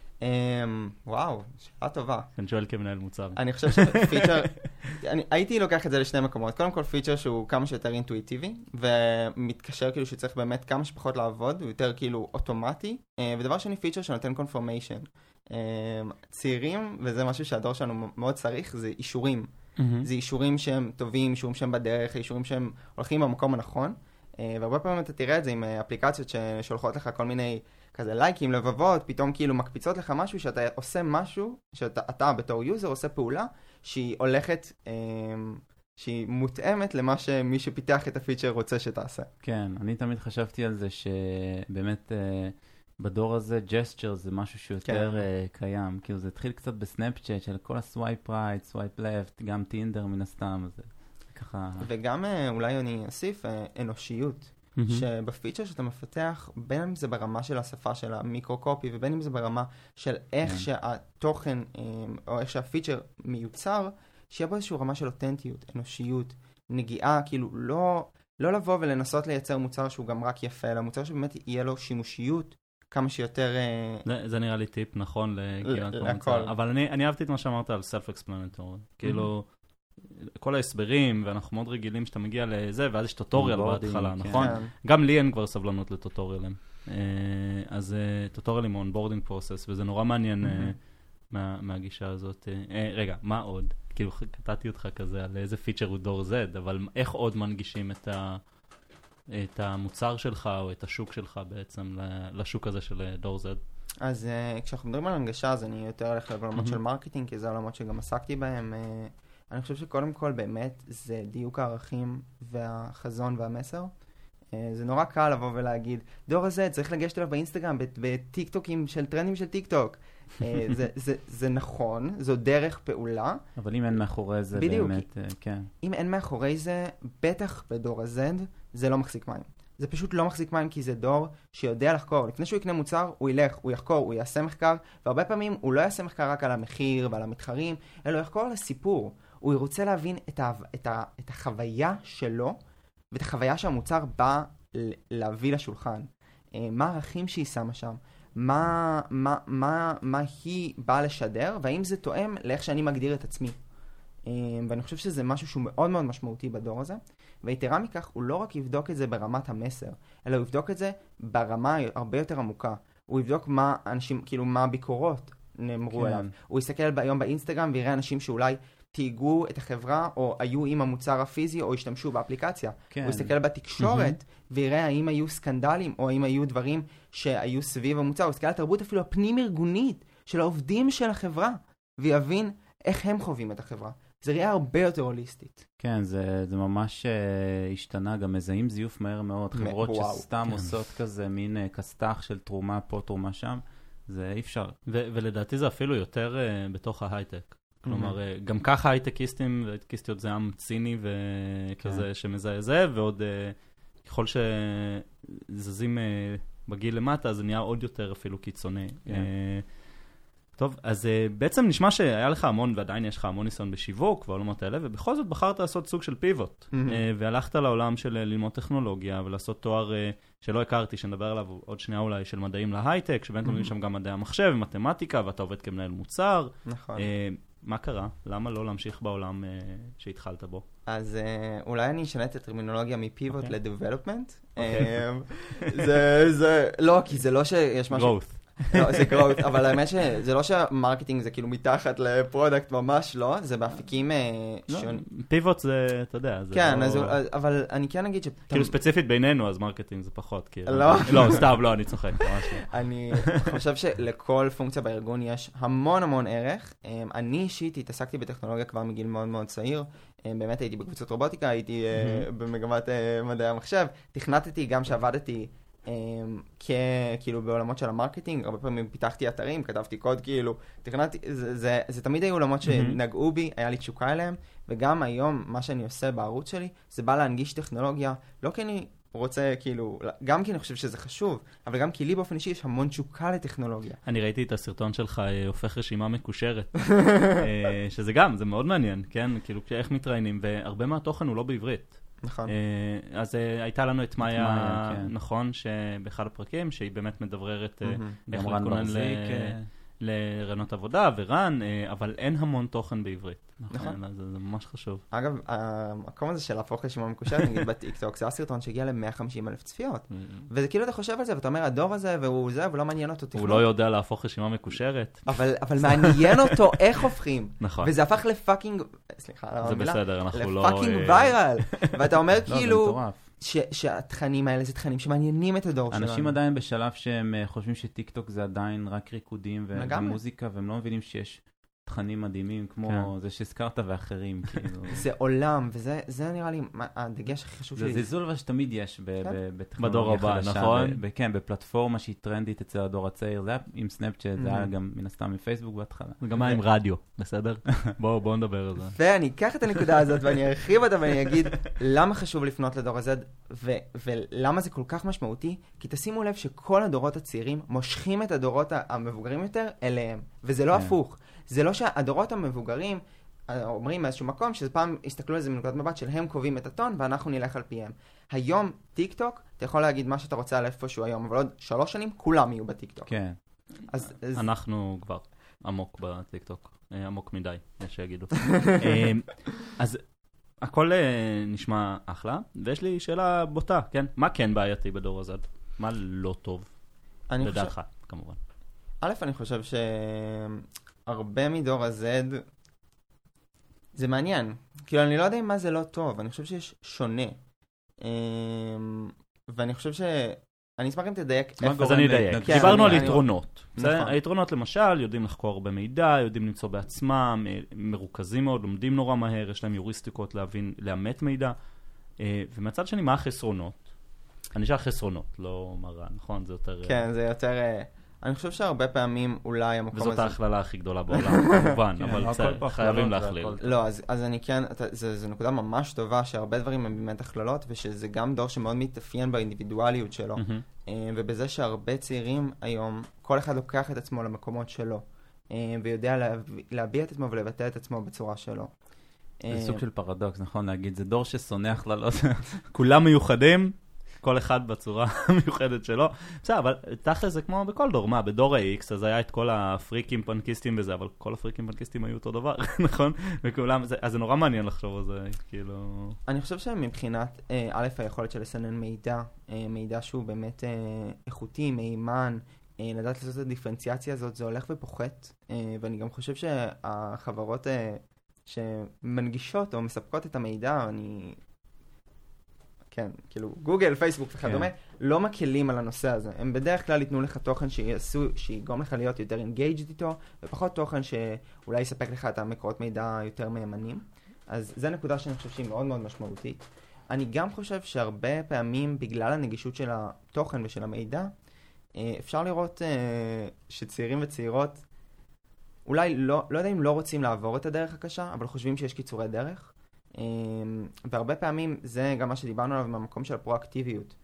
וואו, שאלה טובה. אני שואל כמנהל מוצר. אני חושב שפיצ'ר... הייתי לוקח את זה לשני מקומות. קודם כל פיצ'ר שהוא כמה שיותר אינטואיטיבי, ומתקשר כאילו שצריך באמת כמה שפחות לעבוד, הוא יותר כאילו אוטומטי, ודבר שני פיצ'ר שנותן קונפורמיישן. צעירים, וזה משהו שהדור שלנו מאוד צריך, זה אישורים. Mm-hmm. זה אישורים שהם טובים, אישורים שהם בדרך, אישורים שהם הולכים במקום הנכון. והרבה פעמים אתה תראה את זה עם אפליקציות ששולחות לך כל מיני כזה לייקים, לבבות, פתאום כאילו מקפיצות לך משהו שאתה עושה משהו, שאתה אתה, בתור יוזר עושה פעולה שהיא הולכת, שהיא מותאמת למה שמי שפיתח את הפיצ'ר רוצה שתעשה. כן, אני תמיד חשבתי על זה שבאמת... בדור הזה, ג'סטר זה משהו שיותר כן. uh, קיים. כאילו זה התחיל קצת בסנאפצ'אט של כל הסווייפ רייט, סווייפ לפט, גם טינדר מן הסתם. זה ככה... וגם uh, אולי אני אוסיף uh, אנושיות. Mm-hmm. שבפיצ'ר שאתה מפתח, בין אם זה ברמה של השפה של המיקרו-קופי, ובין אם זה ברמה של איך yeah. שהתוכן, um, או איך שהפיצ'ר מיוצר, שיהיה בו איזושהי רמה של אותנטיות, אנושיות, נגיעה, כאילו לא, לא לבוא ולנסות לייצר מוצר שהוא גם רק יפה, אלא מוצר שבאמת יהיה לו שימושיות, כמה שיותר... זה, זה נראה לי טיפ נכון לכל. אבל אני, אני אהבתי את מה שאמרת על self-explanatory. כאילו, כל ההסברים, ואנחנו מאוד רגילים שאתה מגיע לזה, ואז יש טוטוריאל בהתחלה, נכון? גם לי אין כבר סבלנות לטוטוריאלים. אז טוטוריאלים הוא onboarding process, וזה נורא מעניין מהגישה הזאת. רגע, מה עוד? כאילו, קטעתי אותך כזה על איזה פיצ'ר הוא דור Z, אבל איך עוד מנגישים את ה... את המוצר שלך או את השוק שלך בעצם לשוק הזה של דור Z? אז uh, כשאנחנו מדברים על הנגשה, אז אני יותר הולך לעולמות של מרקטינג, כי זה העולמות שגם עסקתי בהם. Uh, אני חושב שקודם כל באמת זה דיוק הערכים והחזון והמסר. Uh, זה נורא קל לבוא ולהגיד, דור Z צריך לגשת אליו באינסטגרם, בטיק-טוקים של טרנדים של טיק-טוק. uh, זה, זה, זה נכון, זו דרך פעולה. אבל אם אין מאחורי זה בדיוק, באמת, uh, כן. אם אין מאחורי זה, בטח בדור Z, זה לא מחזיק מים. זה פשוט לא מחזיק מים כי זה דור שיודע לחקור. לפני שהוא יקנה מוצר, הוא ילך, הוא יחקור, הוא יעשה מחקר, והרבה פעמים הוא לא יעשה מחקר רק על המחיר ועל המתחרים, אלא הוא יחקור על הסיפור. הוא רוצה להבין את, ה, את, ה, את החוויה שלו, ואת החוויה שהמוצר בא להביא לשולחן. מה הערכים שהיא שמה שם? מה, מה, מה, מה היא באה לשדר, והאם זה תואם לאיך שאני מגדיר את עצמי. ואני חושב שזה משהו שהוא מאוד מאוד משמעותי בדור הזה. ויתרה מכך, הוא לא רק יבדוק את זה ברמת המסר, אלא הוא יבדוק את זה ברמה הרבה יותר עמוקה. הוא יבדוק מה אנשים, כאילו מה הביקורות נאמרו אליו. הוא יסתכל היום באינסטגרם ויראה אנשים שאולי תיגעו את החברה, או היו עם המוצר הפיזי, או השתמשו באפליקציה. הוא יסתכל בתקשורת ויראה האם היו סקנדלים, או האם היו דברים שהיו סביב המוצר. הוא יסתכל על התרבות אפילו הפנים-ארגונית של העובדים של החברה, ויבין איך הם חווים את החברה. זה ראייה הרבה יותר הוליסטית. כן, זה, זה ממש uh, השתנה, גם מזהים זיוף מהר מאוד, חברות וואו, שסתם כן. עושות כזה מין uh, כסתח של תרומה פה, תרומה שם, זה אי אפשר. ו- ולדעתי זה אפילו יותר uh, בתוך ההייטק. כלומר, mm-hmm. uh, גם ככה הייטקיסטים והייטקיסטיות זה עם ציני וכזה כן. שמזהה זה, ועוד uh, ככל שזזים uh, בגיל למטה, זה נהיה עוד יותר אפילו קיצוני. כן. Uh, טוב, אז uh, בעצם נשמע שהיה לך המון, ועדיין יש לך המון ניסיון בשיווק והעולמות האלה, ובכל זאת בחרת לעשות סוג של פיבוט, mm-hmm. uh, והלכת לעולם של uh, ללמוד טכנולוגיה, ולעשות תואר uh, שלא הכרתי, שנדבר עליו עוד שנייה אולי, של מדעים להייטק, שבאמת לומדים mm-hmm. שם גם מדעי המחשב ומתמטיקה, ואתה עובד כמנהל מוצר. נכון. Uh, מה קרה? למה לא להמשיך בעולם uh, שהתחלת בו? אז uh, אולי אני אשנה את הטרמינולוגיה מפיבוט okay. לדבלופמנט. Okay. Um, זה, זה, לא, כי זה לא שיש משהו... growth. לא, זה growth, אבל האמת שזה לא שהמרקטינג זה כאילו מתחת לפרודקט, ממש לא, זה באפיקים שונים. פיבוט זה, אתה יודע, זה כן, לא... אבל אני כן אגיד ש... כאילו ספציפית בינינו, אז מרקטינג זה פחות. לא? לא, סתם, לא, אני צוחק, ממש לא. אני חושב שלכל פונקציה בארגון יש המון המון ערך. אני אישית התעסקתי בטכנולוגיה כבר מגיל מאוד מאוד צעיר. באמת הייתי בקבוצות רובוטיקה, הייתי במגמת מדעי המחשב. תכנתתי גם שעבדתי כאילו בעולמות של המרקטינג, הרבה פעמים פיתחתי אתרים, כתבתי קוד כאילו, תכנתי, זה, זה, זה תמיד היו עולמות שנגעו בי, היה לי תשוקה אליהם, וגם היום מה שאני עושה בערוץ שלי, זה בא להנגיש טכנולוגיה, לא כי אני רוצה כאילו, גם כי אני חושב שזה חשוב, אבל גם כי לי באופן אישי יש המון תשוקה לטכנולוגיה. אני ראיתי את הסרטון שלך, הופך רשימה מקושרת, שזה גם, זה מאוד מעניין, כן? כאילו, איך מתראיינים, והרבה מהתוכן הוא לא בעברית. נכון. אז הייתה לנו את מאיה, נכון, שבאחד הפרקים, שהיא באמת מדבררת איך להתכונן לרעיונות עבודה ורן, אבל אין המון תוכן בעברית. נכון. זה ממש חשוב. אגב, המקום הזה של להפוך רשימה מקושרת, נגיד בטיקטוק, זה הסרטון שהגיע ל-מאה וחמישים אלף צפיות. וזה כאילו אתה חושב על זה, ואתה אומר, הדור הזה, והוא זה, ולא מעניין אותו תכנון. הוא לא יודע להפוך רשימה מקושרת. אבל מעניין אותו איך הופכים. נכון. וזה הפך לפאקינג, סליחה, זה בסדר, אנחנו לא... לפאקינג ויירל. ואתה אומר כאילו... שהתכנים האלה זה תכנים שמעניינים את הדור שלנו. אנשים עדיין בשלב שהם חושבים שטיקטוק זה עדיין רק ריקודים ומוזיקה, והם לא מבינים שיש תכנים מדהימים כמו זה שהזכרת ואחרים. זה עולם, וזה נראה לי הדגש הכי חשוב שלי. זה זלזול שתמיד יש בדור הבא, נכון? כן, בפלטפורמה שהיא טרנדית אצל הדור הצעיר, זה היה עם סנאפצ'אט, זה היה גם מן הסתם מפייסבוק בהתחלה. זה גם היה עם רדיו, בסדר? בואו נדבר על זה. ואני אקח את הנקודה הזאת ואני ארחיב אותה ואני אגיד למה חשוב לפנות לדור הזה ולמה זה כל כך משמעותי, כי תשימו לב שכל הדורות הצעירים מושכים את הדורות המבוגרים יותר אליהם, וזה לא הפוך. זה לא שהדורות המבוגרים אומרים מאיזשהו מקום, שזה פעם הסתכלו על זה מנקודת מבט של הם קובעים את הטון ואנחנו נלך על פיהם. היום טיק טוק, אתה יכול להגיד מה שאתה רוצה על איפשהו היום, אבל עוד שלוש שנים כולם יהיו בטיק טוק. כן. אז, אנחנו כבר עמוק בטיק טוק, עמוק מדי, יש שיגידו. אז הכל נשמע אחלה, ויש לי שאלה בוטה, כן? מה כן בעייתי בדור הזה? מה לא טוב? לדעתך, כמובן. א', אני חושב ש... הרבה מדור ה-Z, זה מעניין. כאילו, אני לא יודע מה זה לא טוב, אני חושב שיש שונה. ואני חושב ש... אני אשמח אם תדייק. אז אני אדייק. דיברנו על יתרונות. היתרונות למשל, יודעים לחקור הרבה מידע, יודעים למצוא בעצמם, מרוכזים מאוד, לומדים נורא מהר, יש להם יוריסטיקות להבין, לאמת מידע. ומצד שני, מה החסרונות? אני חושב חסרונות, לא מראה, נכון? זה יותר... כן, זה יותר... אני חושב שהרבה פעמים אולי המקום הזה... וזאת ההכללה הכי גדולה בעולם, כמובן, אבל חייבים להכליל. לא, אז אני כן, זו נקודה ממש טובה שהרבה דברים הם באמת הכללות, ושזה גם דור שמאוד מתאפיין באינדיבידואליות שלו, ובזה שהרבה צעירים היום, כל אחד לוקח את עצמו למקומות שלו, ויודע להביע את עצמו ולבטא את עצמו בצורה שלו. זה סוג של פרדוקס, נכון להגיד, זה דור ששונא הכללות. כולם מיוחדים. כל אחד בצורה מיוחדת שלו. בסדר, אבל תכל'ס זה כמו בכל דור. מה, בדור ה-X, אז היה את כל הפריקים פנקיסטים וזה, אבל כל הפריקים פנקיסטים היו אותו דבר, נכון? וכולם, אז זה נורא מעניין לחשוב על זה, כאילו... אני חושב שמבחינת, א', היכולת של לסנן מידע, מידע שהוא באמת איכותי, מהימן, לדעת לעשות את הדיפרנציאציה הזאת, זה הולך ופוחת, ואני גם חושב שהחברות שמנגישות או מספקות את המידע, אני... כן, כאילו, גוגל, פייסבוק וכדומה, לא מקלים על הנושא הזה. הם בדרך כלל ייתנו לך תוכן שיעשו, שיגרום לך להיות יותר engaged איתו, ופחות תוכן שאולי יספק לך את המקורות מידע יותר מהימנים. אז זו נקודה שאני חושב שהיא מאוד מאוד משמעותית. אני גם חושב שהרבה פעמים, בגלל הנגישות של התוכן ושל המידע, אפשר לראות שצעירים וצעירות, אולי לא, לא יודע אם לא רוצים לעבור את הדרך הקשה, אבל חושבים שיש קיצורי דרך. והרבה פעמים זה גם מה שדיברנו עליו מהמקום של הפרואקטיביות.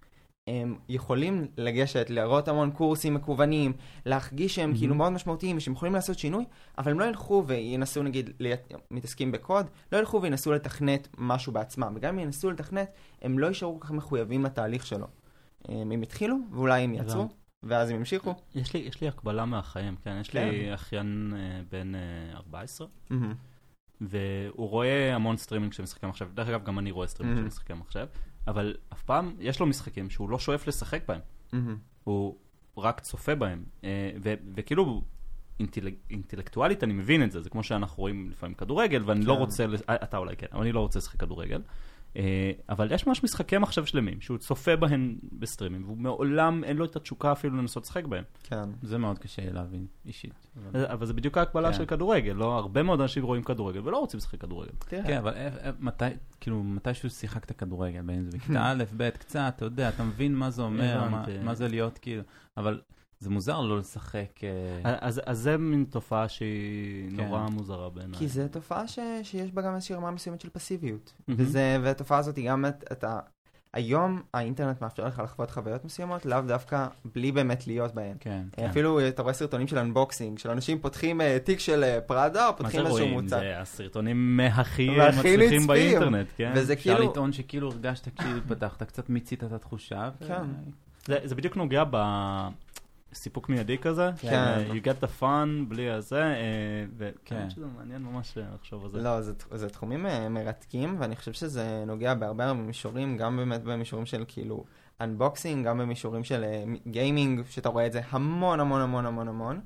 הם יכולים לגשת, לראות המון קורסים מקוונים, להרגיש שהם mm-hmm. כאילו מאוד משמעותיים, ושהם יכולים לעשות שינוי, אבל הם לא ילכו וינסו, נגיד, מתעסקים בקוד, לא ילכו וינסו לתכנת משהו בעצמם, וגם אם ינסו לתכנת, הם לא יישארו כל כך מחויבים לתהליך שלו. הם התחילו, ואולי הם יעצרו, ואז הם ימשיכו. יש לי, יש לי הקבלה מהחיים, כן? יש כן. לי אחיין uh, בן uh, ארבע עשרה, mm-hmm. והוא רואה המון סטרימינג שמשחקים עכשיו. דרך אגב, גם אני רואה סטרימינג mm-hmm. שמשחקים עכשיו. אבל אף פעם יש לו משחקים שהוא לא שואף לשחק בהם. Mm-hmm. הוא רק צופה בהם. ו- וכאילו, אינטל- אינטלקטואלית אני מבין את זה. זה כמו שאנחנו רואים לפעמים כדורגל, ואני כן. לא רוצה, אתה אולי כן, אבל אני לא רוצה לשחק כדורגל. אבל יש ממש משחקי מחשב שלמים, שהוא צופה בהם בסטרימים, והוא מעולם אין לו את התשוקה אפילו לנסות לשחק בהם. כן. זה מאוד קשה להבין, אישית. אבל, אבל זה בדיוק ההקבלה כן. של כדורגל, לא? הרבה מאוד אנשים רואים כדורגל, ולא רוצים לשחק כדורגל. כן, אבל מתי, כאילו, מתישהו שיחקת כדורגל, בין זה בכיתה א', ב', קצת, אתה יודע, אתה מבין מה זה אומר, מה, מה זה להיות, כאילו, אבל זה מוזר לא לשחק. אז, אז זה מין תופעה שהיא כן. נורא מוזרה בעיניי. כי זו תופעה ש, שיש בה גם איזושהי רמה מסוימת של פסיביות. Mm-hmm. וזה, והתופעה הזאת היא גם את, את ה... היום האינטרנט מאפשר לך לחוות חוויות מסוימות, לאו דווקא בלי באמת להיות בהן. כן, אפילו כן. אתה רואה סרטונים של אנבוקסינג, של אנשים פותחים uh, תיק של uh, פראדה, או פותחים איזשהו מוצר. זה הסרטונים מהכי מצליחים באינטרנט, כן? וזה אפשר כאילו... לטעון שכאילו הרגשת כאילו פתחת, קצת מיצית את התחושה. כן. זה, זה בדיוק נוגע ב... סיפוק מיידי כזה, כן. you get the fun בלי הזה, וכן, שזה מעניין ממש לחשוב על זה. לא, זה, זה תחומים מרתקים, ואני חושב שזה נוגע בהרבה מישורים, גם באמת במישורים של כאילו unboxing, גם במישורים של גיימינג, שאתה רואה את זה המון המון המון המון המון.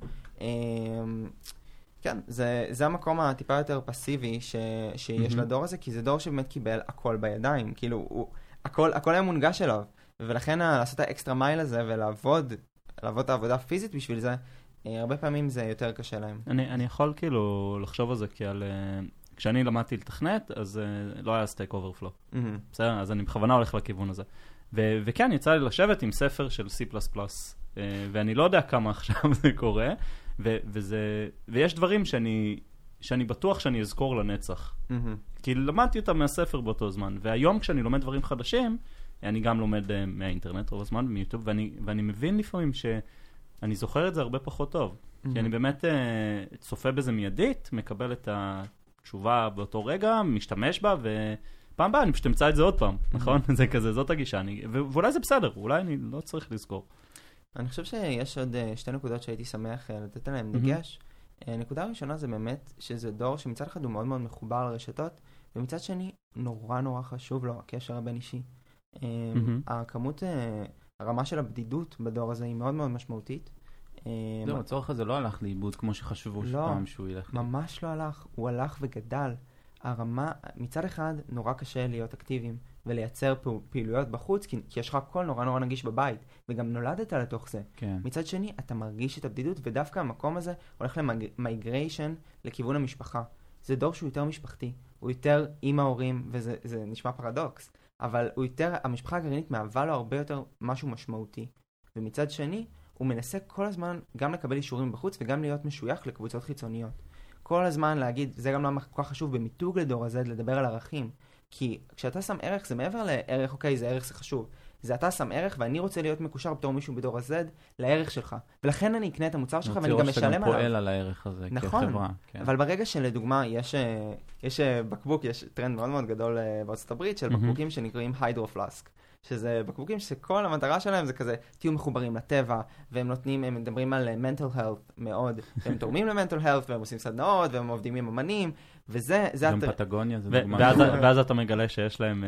כן, זה, זה המקום הטיפה יותר פסיבי ש, שיש mm-hmm. לדור הזה, כי זה דור שבאמת קיבל הכל בידיים, כאילו, הוא, הכל, הכל היה מונגש אליו, ולכן לעשות האקסטרה מייל הזה ולעבוד, לעבוד את העבודה הפיזית בשביל זה, הרבה פעמים זה יותר קשה להם. אני, אני יכול כאילו לחשוב על זה כי על... כשאני למדתי לתכנת, אז uh, לא היה סטייק אוברפלו. Mm-hmm. בסדר? אז אני בכוונה הולך לכיוון הזה. ו- וכן, יצא לי לשבת עם ספר של C++, uh, ואני לא יודע כמה עכשיו זה קורה, ו- וזה, ויש דברים שאני, שאני בטוח שאני אזכור לנצח. Mm-hmm. כי למדתי אותם מהספר באותו זמן, והיום כשאני לומד דברים חדשים, אני גם לומד uh, מהאינטרנט רוב הזמן, מיוטיוב, ואני, ואני מבין לפעמים שאני זוכר את זה הרבה פחות טוב. Mm-hmm. כי אני באמת uh, צופה בזה מיידית, מקבל את התשובה באותו רגע, משתמש בה, ופעם באה אני פשוט אמצא את זה עוד פעם, mm-hmm. נכון? זה כזה, זאת הגישה. אני, ו- ואולי זה בסדר, אולי אני לא צריך לזכור. אני חושב שיש עוד uh, שתי נקודות שהייתי שמח uh, לתת עליהן דגש. Mm-hmm. Uh, נקודה ראשונה זה באמת שזה דור שמצד אחד הוא מאוד מאוד מחובר לרשתות, ומצד שני נורא נורא חשוב לו הקשר הבין אישי. Mm-hmm. הכמות, הרמה של הבדידות בדור הזה היא מאוד מאוד משמעותית. זהו, הצורך הזה לא הלך לאיבוד כמו שחשבו שפעם שהוא ילך. ממש לא הלך, הוא הלך וגדל. הרמה, מצד אחד נורא קשה להיות אקטיביים ולייצר פעילויות בחוץ, כי, כי יש לך הכל נורא נורא נגיש בבית, וגם נולדת לתוך זה. כן. מצד שני, אתה מרגיש את הבדידות, ודווקא המקום הזה הולך למייגריישן לכיוון המשפחה. זה דור שהוא יותר משפחתי, הוא יותר עם ההורים, וזה זה נשמע פרדוקס. אבל הוא יותר, המשפחה הגרעינית מהווה לו הרבה יותר משהו משמעותי. ומצד שני, הוא מנסה כל הזמן גם לקבל אישורים בחוץ וגם להיות משוייך לקבוצות חיצוניות. כל הזמן להגיד, זה גם לא כל כך חשוב במיתוג לדור הזה, לדבר על ערכים. כי כשאתה שם ערך, זה מעבר לערך, אוקיי, זה ערך, זה חשוב. זה אתה שם ערך, ואני רוצה להיות מקושר בתור מישהו בדור ה-Z לערך שלך. ולכן אני אקנה את המוצר שלך, ואני גם משלם עליו. אני רוצה פועל על הערך הזה נכון, כחברה. כן. אבל ברגע שלדוגמה, יש, יש בקבוק, יש טרנד מאוד מאוד גדול בארצות הברית, של בקבוקים mm-hmm. שנקראים היידרופלסק. שזה בקבוקים שכל המטרה שלהם זה כזה, תהיו מחוברים לטבע, והם נותנים, הם מדברים על mental health מאוד, והם תורמים ל-mental health, והם עושים סדנאות, והם עובדים עם אמנים, וזה... גם פטגוניה, זה דוגמה. ואז אתה מגלה שיש להם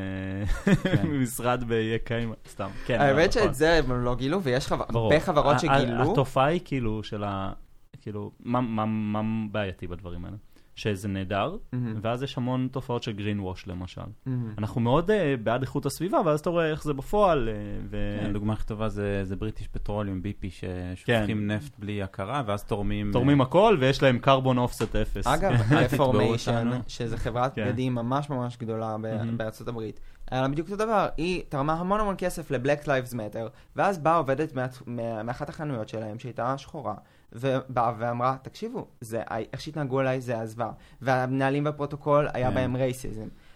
משרד באיי קיימה, סתם. האמת שאת זה הם לא גילו, ויש הרבה חברות שגילו. התופעה היא כאילו של ה... כאילו, מה בעייתי בדברים האלה? שזה נהדר, mm-hmm. ואז יש המון תופעות של green wash למשל. Mm-hmm. אנחנו מאוד uh, בעד איכות הסביבה, ואז אתה רואה איך זה בפועל. Uh, ו... כן, דוגמה הכי טובה זה, זה בריטיש פטרוליום, בי פי, ששופכים כן. נפט בלי הכרה, ואז תורמים... תורמים uh... הכל, ויש להם קרבון אופסט אפס. אגב, רפורמיישן, שזה חברת כן. בגדים ממש ממש גדולה ב- mm-hmm. בארצות הברית, היה לה בדיוק אותו דבר, היא תרמה המון המון כסף ל-Black Lives Matter, ואז באה עובדת מה- מאחת החנויות שלהם, שהייתה שחורה, ובאה ואמרה, תקשיבו, זה, איך שהתנהגו אליי זה הזוועה, והמנהלים בפרוטוקול היה כן. בהם רייסיזם.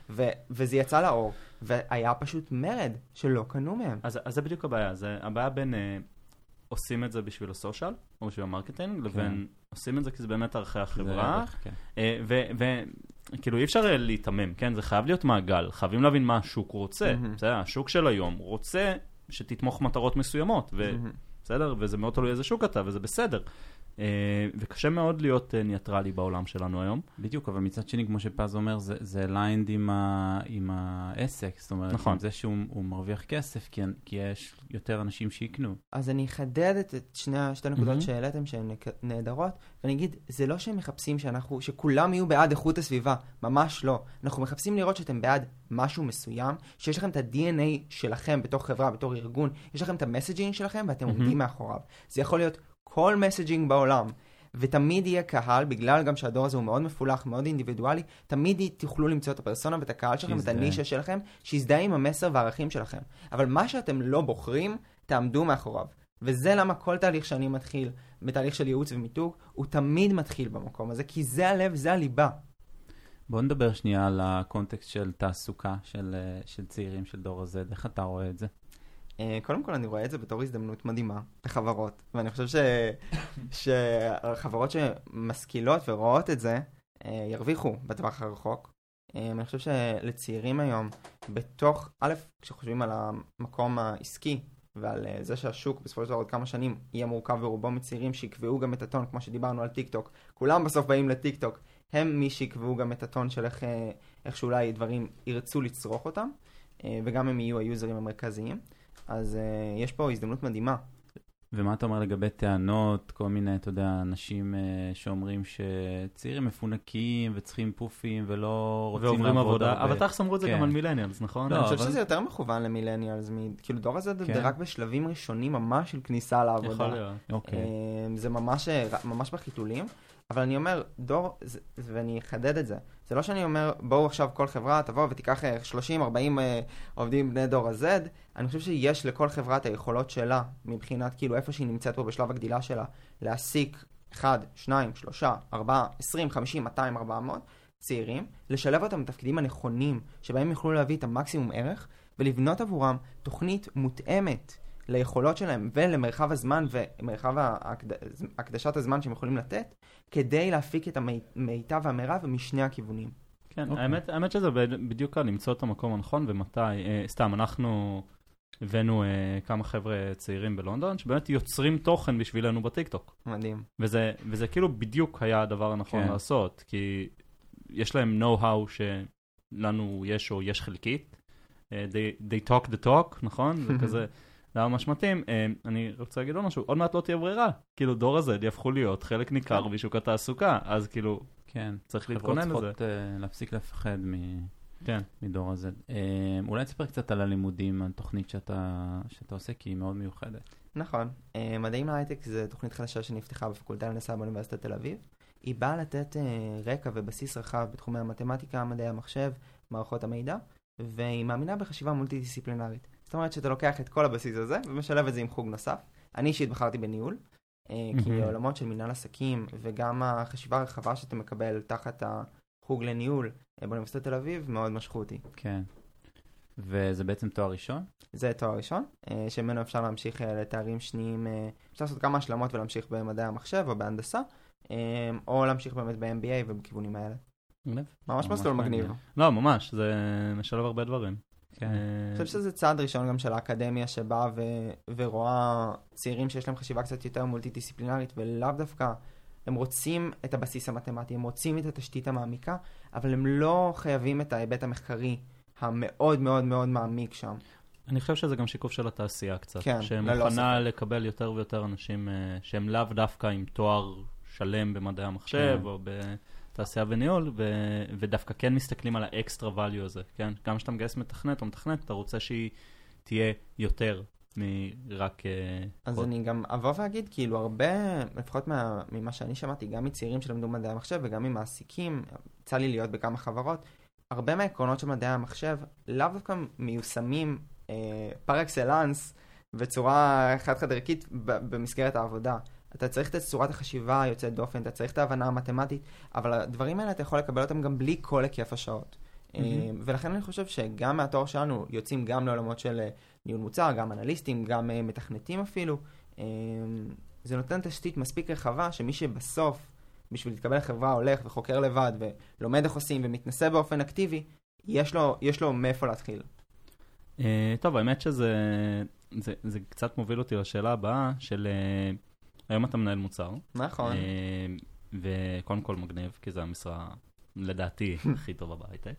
ו- וזה יצא לאור, והיה פשוט מרד שלא קנו מהם. אז, אז זה בדיוק הבעיה, זה הבעיה בין אה, עושים את זה בשביל הסושיאל, או בשביל המרקטינג, כן. לבין עושים את זה כי זה באמת ערכי החברה, כן. אה, וכאילו אי אפשר להתאמם, כן? זה חייב להיות מעגל, חייבים להבין מה השוק רוצה, mm-hmm. בסדר? השוק של היום רוצה שתתמוך מטרות מסוימות, ו... mm-hmm. בסדר? וזה מאוד תלוי איזה שוק אתה, וזה בסדר. וקשה מאוד להיות ניטרלי בעולם שלנו היום. בדיוק, אבל מצד שני, כמו שפז אומר, זה, זה aligned עם, ה, עם העסק. זאת אומרת, נכון. עם זה שהוא מרוויח כסף, כי, כי יש יותר אנשים שיקנו. אז אני אחדד את שני, שתי נקודות mm-hmm. שהעליתם שהן נהדרות, ואני אגיד, זה לא שהם מחפשים שאנחנו, שכולם יהיו בעד איכות הסביבה, ממש לא. אנחנו מחפשים לראות שאתם בעד משהו מסוים, שיש לכם את ה-די אן איי שלכם בתוך חברה, בתור ארגון, יש לכם את המסג'ינג שלכם ואתם mm-hmm. עומדים מאחוריו. זה יכול להיות כל מסג'ינג בעולם, ותמיד יהיה קהל, בגלל גם שהדור הזה הוא מאוד מפולח, מאוד אינדיבידואלי, תמיד תוכלו למצוא את הפרסונה ואת הקהל שלכם, את הנישה שלכם, שיזדהה עם המסר והערכים שלכם. אבל מה שאתם לא בוחרים, תעמדו מאחוריו. וזה למה כל תהליך שאני מתחיל, בתהליך של ייעוץ ומיתוג, הוא תמיד מתחיל במקום הזה, כי זה הלב, זה הליבה. בואו נדבר שנייה על הקונטקסט של תעסוקה, של, של צעירים, של דור הזה. איך אתה רואה את זה? קודם כל אני רואה את זה בתור הזדמנות מדהימה לחברות, ואני חושב ש... שחברות שמשכילות ורואות את זה ירוויחו בטווח הרחוק. אני חושב שלצעירים היום, בתוך, א', כשחושבים על המקום העסקי ועל זה שהשוק בסופו של דבר עוד כמה שנים יהיה מורכב ורובו מצעירים שיקבעו גם את הטון, כמו שדיברנו על טיק טוק, כולם בסוף באים לטיק טוק, הם מי שיקבעו גם את הטון של איך, איך שאולי דברים ירצו לצרוך אותם, וגם הם יהיו היוזרים המרכזיים. אז uh, יש פה הזדמנות מדהימה. ומה אתה אומר לגבי טענות, כל מיני, אתה יודע, אנשים uh, שאומרים שצעירים מפונקים וצריכים פופים ולא רוצים לעבוד עבודה, הרבה. אבל תכף אמרו את זה כן. גם על מילניאלס, נכון? לא, אני חושב אבל... שזה יותר מכוון למילניאלס, מ... כאילו דור הזה כן. רק בשלבים ראשונים ממש של כניסה לעבודה. יכול להיות. אוקיי. Uh, זה ממש, ממש בחיתולים. אבל אני אומר, דור, ואני אחדד את זה, זה לא שאני אומר, בואו עכשיו כל חברה תבוא ותיקח שלושים ארבעים עובדים בני דור ה-Z, אני חושב שיש לכל חברה את היכולות שלה, מבחינת כאילו איפה שהיא נמצאת פה בשלב הגדילה שלה, להעסיק אחד, שניים, שלושה, ארבעה, עשרים, חמישים, מאתיים, ארבע מאות צעירים, לשלב אותם בתפקידים הנכונים, שבהם יוכלו להביא את המקסימום ערך, ולבנות עבורם תוכנית מותאמת ליכולות שלהם ולמרחב הזמן ומרחב הקדשת הזמן שהם יכולים לתת, כדי להפיק את המיטב והמרב משני הכיוונים. כן, okay. האמת, האמת שזה בדיוק כאן, למצוא את המקום הנכון ומתי. אה, סתם, אנחנו הבאנו אה, כמה חבר'ה צעירים בלונדון, שבאמת יוצרים תוכן בשבילנו בטיקטוק. מדהים. וזה, וזה כאילו בדיוק היה הדבר הנכון כן. לעשות, כי יש להם know-how שלנו יש או יש חלקית. Uh, they, they talk the talk, נכון? זה כזה... זה היה ממש מתאים. אני רוצה להגיד עוד משהו, עוד מעט לא תהיה ברירה. כאילו דור הזה יהפכו להיות חלק ניכר בשוק התעסוקה, אז כאילו צריך להתכונן לזה. חברות צריכות להפסיק לפחד מדור הזה. אולי תספר קצת על הלימודים, על תוכנית שאתה עושה, כי היא מאוד מיוחדת. נכון. מדעים להייטק זה תוכנית חדשה שנפתחה בפקולטה להנדסה באוניברסיטת תל אביב. היא באה לתת רקע ובסיס רחב בתחומי המתמטיקה, מדעי המחשב, מערכות המידע, והיא מאמינה בחשיבה מולטי-דיסציפלינרית. זאת אומרת שאתה לוקח את כל הבסיס הזה ומשלב את זה עם חוג נוסף. אני אישית בחרתי בניהול, כי העולמות של מנהל עסקים וגם החשיבה הרחבה שאתה מקבל תחת החוג לניהול באוניברסיטת תל אביב מאוד משכו אותי. כן. וזה בעצם תואר ראשון? זה תואר ראשון, שממנו אפשר להמשיך לתארים שניים, אפשר לעשות כמה השלמות ולהמשיך במדעי המחשב או בהנדסה, או להמשיך באמת ב-אם בי איי ובכיוונים האלה. ממש מסלול מגניב. לא, ממש, זה משלב הרבה דברים. אני חושב שזה צעד ראשון גם של האקדמיה שבאה ורואה צעירים שיש להם חשיבה קצת יותר מולטי-דיסציפלינרית, ולאו דווקא הם רוצים את הבסיס המתמטי, הם רוצים את התשתית המעמיקה, אבל הם לא חייבים את ההיבט המחקרי המאוד מאוד מאוד מעמיק שם. אני חושב שזה גם שיקוף של התעשייה קצת, שמוכנה לקבל יותר ויותר אנשים שהם לאו דווקא עם תואר שלם במדעי המחשב או ב... תעשייה וניהול, ו- ודווקא כן מסתכלים על האקסטרה value הזה, כן? גם שאתה מגייס מתכנת או מתכנת, אתה רוצה שהיא תהיה יותר מרק... אז אני גם אבוא ואגיד, כאילו הרבה, לפחות מה, ממה שאני שמעתי, גם מצעירים שלמדו מדעי המחשב וגם ממעסיקים, יצא לי להיות בכמה חברות, הרבה מהעקרונות של מדעי המחשב לאו דווקא מיושמים אה, פר אקסלנס בצורה חד-חד ערכית במסגרת העבודה. אתה צריך את צורת החשיבה היוצאת דופן, אתה צריך את ההבנה המתמטית, אבל הדברים האלה אתה יכול לקבל אותם גם בלי כל היקף השעות. ולכן אני חושב שגם מהתואר שלנו יוצאים גם לעולמות של ניהול מוצר, גם אנליסטים, גם מתכנתים אפילו. זה נותן תשתית מספיק רחבה שמי שבסוף, בשביל להתקבל לחברה, הולך וחוקר לבד ולומד איך עושים ומתנסה באופן אקטיבי, יש לו, יש לו מאיפה להתחיל. טוב, האמת שזה זה, זה קצת מוביל אותי לשאלה הבאה של היום אתה מנהל מוצר. נכון. וקודם כל מגניב, כי זה המשרה לדעתי הכי טובה בהייטק.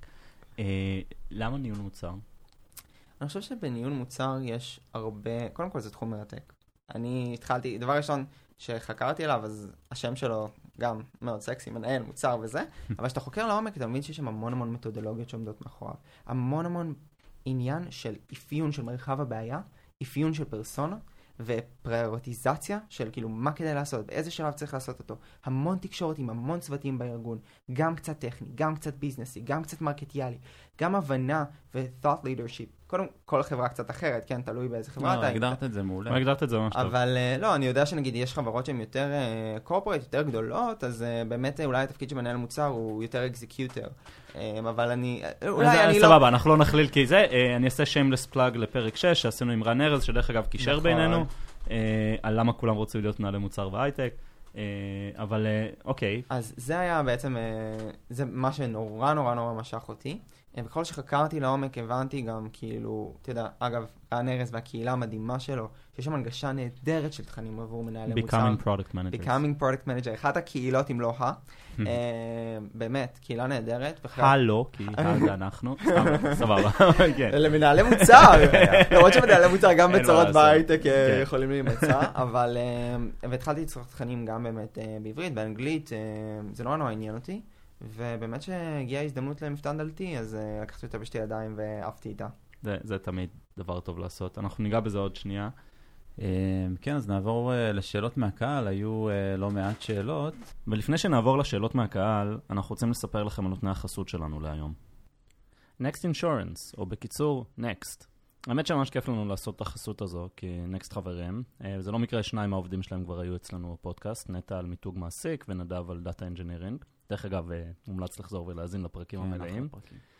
למה ניהול מוצר? אני חושב שבניהול מוצר יש הרבה, קודם כל זה תחום מרתק. אני התחלתי, דבר ראשון שחקרתי עליו, אז השם שלו גם מאוד סקסי, מנהל מוצר וזה, אבל כשאתה חוקר לעומק, אתה מבין שיש שם המון המון מתודולוגיות שעומדות מאחוריו. המון המון עניין של אפיון של מרחב הבעיה, אפיון של פרסונה, ופריוריטיזציה של כאילו מה כדאי לעשות, באיזה שלב צריך לעשות אותו. המון תקשורת עם המון צוותים בארגון, גם קצת טכני, גם קצת ביזנסי, גם קצת מרקטיאלי, גם הבנה ו-thought leadership. קודם כל חברה קצת אחרת, כן, תלוי באיזה חברה אתה. לא, הגדרת את זה מעולה. הגדרת את זה ממש טוב. אבל לא, אני יודע שנגיד יש חברות שהן יותר corporate, יותר גדולות, אז באמת אולי התפקיד שמנהל מוצר הוא יותר executor. אבל אני, אולי אני לא... סבבה, אנחנו לא נכליל כי זה, אני אעשה shameless plug לפרק שש, שעשינו עם רן ארז, שדרך אגב קישר בינינו, על למה כולם רוצים להיות מנהלי מוצר והייטק, אבל אוקיי. אז זה היה בעצם, זה מה שנורא נורא נורא משך אותי, וככל שחקרתי לעומק הבנתי גם כאילו, אתה יודע, אגב, רן ארז והקהילה המדהימה שלו, שיש שם הנגשה נהדרת של תכנים עבור מנהלי מוצר. Becoming Product Managers. Becoming Product Manager, אחת הקהילות אם לא ה. באמת, קהילה נהדרת. הלא, כי זה אנחנו. סבבה. למנהלי מוצר. למרות שמנהלי מוצר גם בצורות בהייטק יכולים להימצא, אבל והתחלתי לצרוך תכנים גם באמת בעברית, באנגלית, זה נורא נורא עניין אותי. ובאמת שהגיעה הזדמנות למפתן דלתי, אז uh, לקחתי אותה בשתי ידיים ואהבתי איתה. זה, זה תמיד דבר טוב לעשות. אנחנו ניגע בזה עוד שנייה. Uh, כן, אז נעבור uh, לשאלות מהקהל. היו uh, לא מעט שאלות. ולפני שנעבור לשאלות מהקהל, אנחנו רוצים לספר לכם על נותני החסות שלנו להיום. Next Insurance, או בקיצור, Next. האמת שממש כיף לנו לעשות את החסות הזו, כי Next חברים. Uh, זה לא מקרה שניים העובדים שלהם כבר היו אצלנו בפודקאסט, נטע על מיתוג מעסיק ונדב על דאטה אנג'ינירינג. דרך אגב, מומלץ לחזור ולהזין לפרקים המלאים.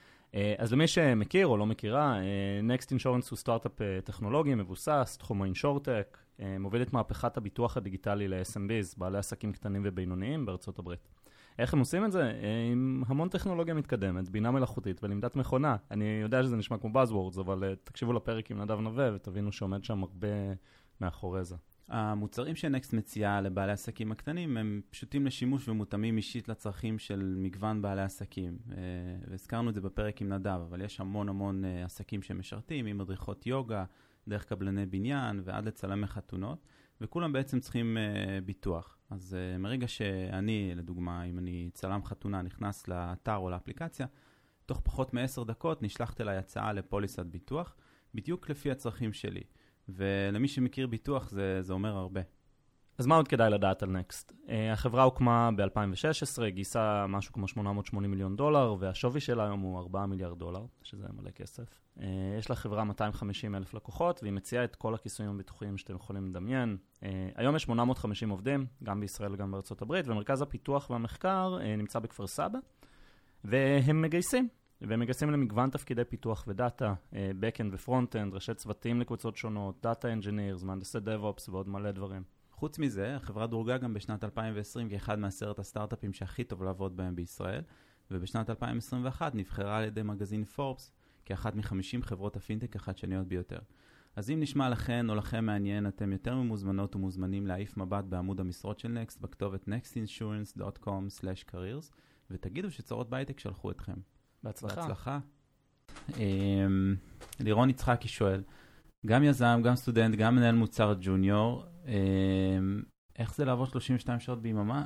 אז למי שמכיר או לא מכירה, Next Insurance הוא סטארט-אפ טכנולוגי מבוסס, תחום האינשורטק, מוביל את מהפכת הביטוח הדיגיטלי ל-אס אם ביז, בעלי עסקים קטנים ובינוניים בארצות הברית. איך הם עושים את זה? עם המון טכנולוגיה מתקדמת, בינה מלאכותית ולמדת מכונה. אני יודע שזה נשמע כמו Buzzwords, אבל תקשיבו לפרק עם נדב נווה ותבינו שעומד שם הרבה מאחורי זה. המוצרים שנקסט מציעה לבעלי עסקים הקטנים הם פשוטים לשימוש ומותאמים אישית לצרכים של מגוון בעלי עסקים. והזכרנו את זה בפרק עם נדב, אבל יש המון המון עסקים שמשרתים, עם מדריכות יוגה, דרך קבלני בניין ועד לצלמי חתונות, וכולם בעצם צריכים ביטוח. אז מרגע שאני, לדוגמה, אם אני צלם חתונה, נכנס לאתר או לאפליקציה, תוך פחות מעשר דקות נשלחת אליי הצעה לפוליסת ביטוח, בדיוק לפי הצרכים שלי. ולמי שמכיר ביטוח זה, זה אומר הרבה. אז מה עוד כדאי לדעת על Next? Uh, החברה הוקמה ב-אלפיים ושש עשרה, גייסה משהו כמו שמונה מאות ושמונים מיליון דולר, והשווי שלה היום הוא ארבעה מיליארד דולר, שזה מלא כסף. Uh, יש לה חברה מאתיים וחמישים אלף לקוחות, והיא מציעה את כל הכיסויים הביטוחיים שאתם יכולים לדמיין. Uh, היום יש שמונה מאות וחמישים עובדים, גם בישראל וגם בארצות הברית, ומרכז הפיתוח והמחקר uh, נמצא בכפר סבא, והם מגייסים. והם מגייסים למגוון תפקידי פיתוח ודאטה, back-end ו-front-end, ראשי צוותים לקבוצות שונות, דאטה אנג'ינירס, מהנדסי דב-אופס ועוד מלא דברים. חוץ מזה, החברה דורגה גם בשנת אלפיים ועשרים כאחד מעשרת הסטארט-אפים שהכי טוב לעבוד בהם בישראל, ובשנת אלפיים עשרים ואחת נבחרה על ידי מגזין פורבס כאחת מחמישים חברות הפינטק החדשניות ביותר. אז אם נשמע לכן או לכם מעניין, אתם יותר ממוזמנות ומוזמנים להעיף מבט בעמוד המשרות של Next בכתובת נקסט אינשורנס דוט קום סלאש קריירס, ותגידו שצורות בהייטק שלחו אתכם. בהצלחה. בהצלחה. לירון יצחקי שואל, גם יזם, גם סטודנט, גם מנהל מוצר ג'וניור, איך זה לעבוד שלושים ושתיים שעות ביממה?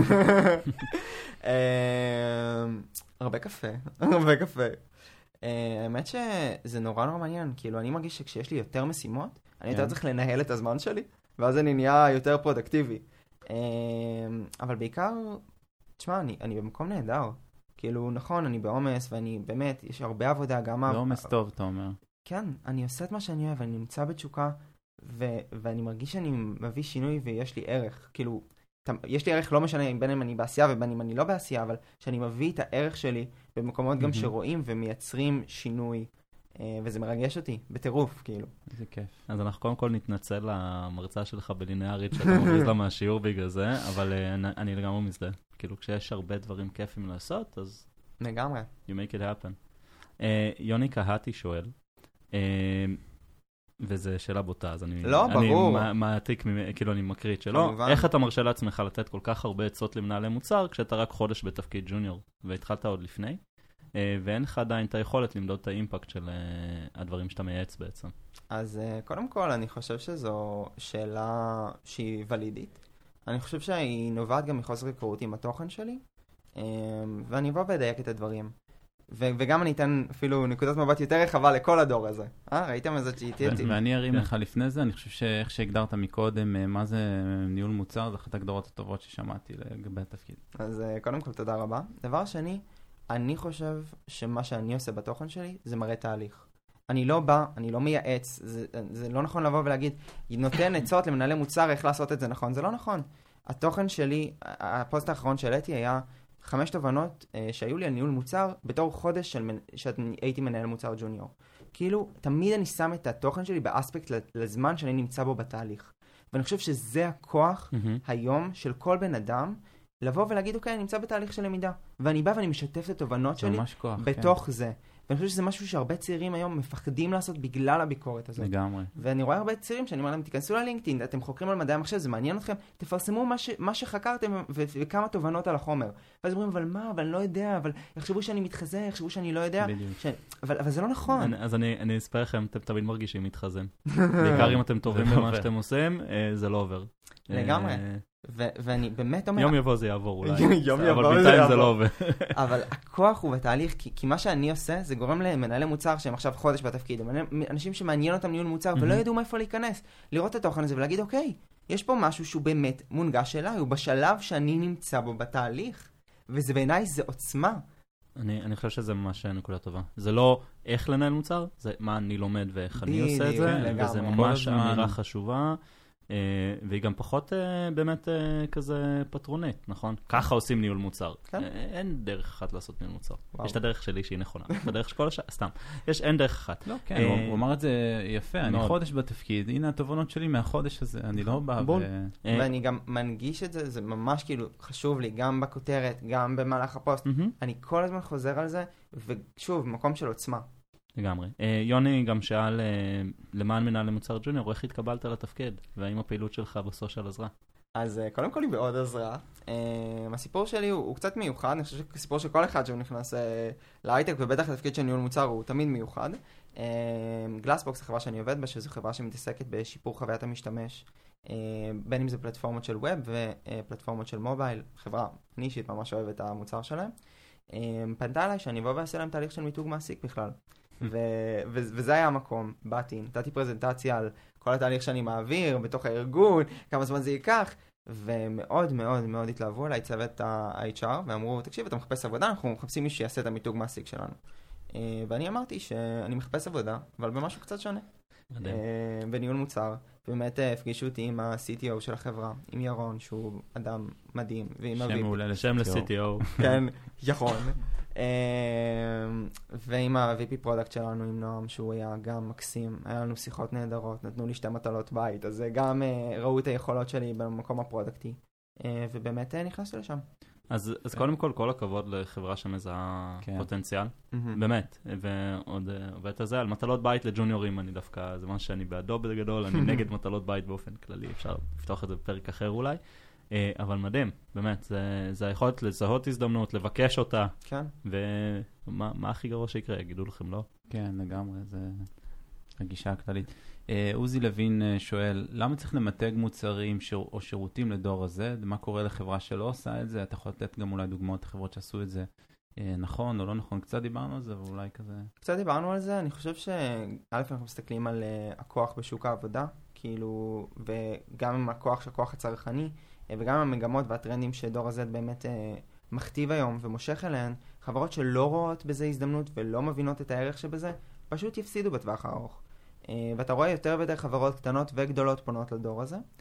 הרבה קפה, הרבה קפה. האמת שזה נורא נורא מעניין, כאילו אני מרגיש שכשיש לי יותר משימות, אני יותר צריך לנהל את הזמן שלי, ואז אני נהיה יותר פרודקטיבי. אבל בעיקר, תשמע, אני במקום נהדר. כאילו, נכון, אני בעומס, ואני באמת, יש הרבה עבודה, גם... בעומס טוב, אתה אומר. כן, אני עושה את מה שאני אוהב, אני נמצא בתשוקה, ו- ואני מרגיש שאני מביא שינוי ויש לי ערך. כאילו, יש לי ערך לא משנה בין אם אני בעשייה ובין אם אני לא בעשייה, אבל שאני מביא את הערך שלי במקומות גם שרואים ומייצרים שינוי, וזה מרגש אותי, בטירוף, כאילו. זה כיף. אז אנחנו קודם כל נתנצל למרצה שלך בלינארית, שאתה מבריז לה מהשיעור בגלל זה, אבל אני לגמרי מזדהה. כאילו, כשיש הרבה דברים כיפים לעשות, אז... לגמרי. You make it happen. יוני קהתי שואל, וזו שאלה בוטה, אז אני... לא, ברור. אני מעתיק, כאילו אני מקריא שלא. איך אתה מרשה לעצמך לתת כל כך הרבה עצות למנהלי מוצר, כשאתה רק חודש בתפקיד ג'וניור, והתחלת עוד לפני, ואין לך עדיין את היכולת למדוד את האימפקט של הדברים שאתה מייעץ בעצם? אז קודם כל, אני חושב שזו שאלה שהיא ולידית. אני חושב שהיא נובעת גם מחוסר היכרות עם התוכן שלי, ואני אבוא ואדייק את הדברים. ו- וגם אני אתן אפילו נקודת מבט יותר רחבה לכל הדור הזה. אה, ראיתם איזה שהייתי אותי? ואני ארים לך לפני זה, אני חושב שאיך שהגדרת מקודם, מה זה ניהול מוצר, זה אחת הגדרות הטובות ששמעתי לגבי התפקיד. אז קודם כל, תודה רבה. דבר שני, אני חושב שמה שאני עושה בתוכן שלי, זה מראה תהליך. אני לא בא, אני לא מייעץ, זה, זה לא נכון לבוא ולהגיד, נותן עצות למנהלי מוצר איך לעשות את זה נכון, זה לא נכון. התוכן שלי, הפוסט האחרון שהעליתי היה חמש תובנות uh, שהיו לי על ניהול מוצר בתור חודש של, שהייתי מנהל מוצר ג'וניור. כאילו, תמיד אני שם את התוכן שלי באספקט לזמן שאני נמצא בו בתהליך. ואני חושב שזה הכוח mm-hmm. היום של כל בן אדם, לבוא ולהגיד, אוקיי, אני נמצא בתהליך של למידה. ואני בא ואני משתף את התובנות שלי כוח, בתוך כן. זה. ואני חושב שזה משהו שהרבה צעירים היום מפחדים לעשות בגלל הביקורת הזאת. לגמרי. ואני רואה הרבה צעירים שאני אומר להם, תיכנסו ללינקדאין, אתם חוקרים על מדעי המחשב, זה מעניין אתכם, תפרסמו מה, ש, מה שחקרתם ו- וכמה תובנות על החומר. ואז אומרים, אבל מה, אבל אני לא יודע, אבל יחשבו שאני מתחזה, יחשבו שאני לא יודע. ש... אבל, אבל זה לא נכון. אני, אז אני, אני אספר לכם, אתם תמיד מרגישים מתחזן. בעיקר אם אתם טובים במה שאתם עושים, זה לא עובר. לגמרי. ו- ואני באמת אומר... יום יבוא זה יעבור אולי. יום יבוא אבל בינתיים זה לא עובד. אבל הכוח הוא בתהליך, כי, כי מה שאני עושה, זה גורם למנהלי מוצר שהם עכשיו חודש בתפקיד, אנשים שמעניין אותם ניהול מוצר ולא ידעו מאיפה להיכנס, לראות את התוכן הזה ולהגיד, אוקיי, יש פה משהו שהוא באמת מונגש אליי, הוא בשלב שאני נמצא בו בתהליך, וזה בעיניי זה עוצמה. אני, אני חושב שזה ממש נקודה טובה. זה לא איך לנהל מוצר, זה מה אני לומד ואיך אני עושה את זה, וזה ממש אמירה חשובה. והיא גם פחות באמת כזה פטרונית, נכון? ככה עושים ניהול מוצר. אין דרך אחת לעשות ניהול מוצר. יש את הדרך שלי שהיא נכונה. את הדרך של כל השאר, סתם. יש אין דרך אחת. לא, כן, הוא אמר את זה יפה. אני חודש בתפקיד. הנה התובנות שלי מהחודש הזה. אני לא בא ו... ואני גם מנגיש את זה. זה ממש כאילו חשוב לי, גם בכותרת, גם במהלך הפוסט. אני כל הזמן חוזר על זה, ושוב, מקום של עוצמה. לגמרי. יוני גם שאל למען מנהל למוצר ג'וניור, איך התקבלת לתפקיד, והאם הפעילות שלך בסושיאל עזרה? אז קודם כל היא מאוד עזרה. הסיפור שלי הוא קצת מיוחד, אני חושב שהסיפור של כל אחד שהוא נכנס להייטק, ובטח לתפקיד של ניהול מוצר הוא תמיד מיוחד. גלאסבוקס, החברה שאני עובד בה, שזו חברה שמתעסקת בשיפור חוויית המשתמש, בין אם זה פלטפורמות של ווב ופלטפורמות של מובייל, חברה נישית ממש אוהבת את המוצר שלהם. פנתה אליי שאני אבוא ועשה להם תהליך של מיתוג מעסיק בכלל. ו- ו- וזה היה המקום, באתי, נתתי פרזנטציה על כל התהליך שאני מעביר בתוך הארגון, כמה זמן זה ייקח, ומאוד מאוד מאוד התלהבו אליי צוות ה-אייץ' אר, ואמרו, תקשיב, אתה מחפש עבודה, אנחנו מחפשים מי שיעשה את המיתוג מעסיק שלנו. ואני אמרתי שאני מחפש עבודה, אבל במשהו קצת שונה. בניהול מוצר, ובאמת הפגישו אותי עם ה-סי טי או של החברה, עם ירון, שהוא אדם מדהים, ועם שם מעולה, לשם ל-סי טי או. כן, ירון. ועם ה-וי פי פרודקט שלנו, עם נועם, שהוא היה גם מקסים, היה לנו שיחות נהדרות, נתנו לי שתי מטלות בית, אז גם ראו את היכולות שלי במקום הפרודקטי, ובאמת נכנסתי לשם. אז, אז קודם כל, כל הכבוד לחברה שמזהה כן. פוטנציאל, mm-hmm. באמת, ועוד עובדת על זה, על מטלות בית לג'וניורים, אני דווקא, זה מה שאני בעדו בגדול, אני נגד מטלות בית באופן כללי, אפשר לפתוח את זה בפרק אחר אולי, אבל מדהים, באמת, זה, זה היכולת לזהות הזדמנות, לבקש אותה, כן. ומה מה הכי גרוע שיקרה, יגידו לכם לא? כן, לגמרי, זה הגישה הכללית. עוזי לוין שואל, למה צריך למתג מוצרים או שירותים לדור הזה? מה קורה לחברה שלא עושה את זה? אתה יכול לתת גם אולי דוגמאות לחברות שעשו את זה נכון או לא נכון? קצת דיברנו על זה, ואולי כזה... קצת דיברנו על זה, אני חושב שא' אנחנו מסתכלים על הכוח בשוק העבודה, כאילו, וגם עם הכוח של הכוח הצרכני, וגם עם המגמות והטרנדים שדור הזה באמת מכתיב היום ומושך אליהן, חברות שלא רואות בזה הזדמנות ולא מבינות את הערך שבזה, פשוט יפסידו בטווח הארוך. ואתה רואה יותר ויותר חברות קטנות וגדולות פונות לדור הזה.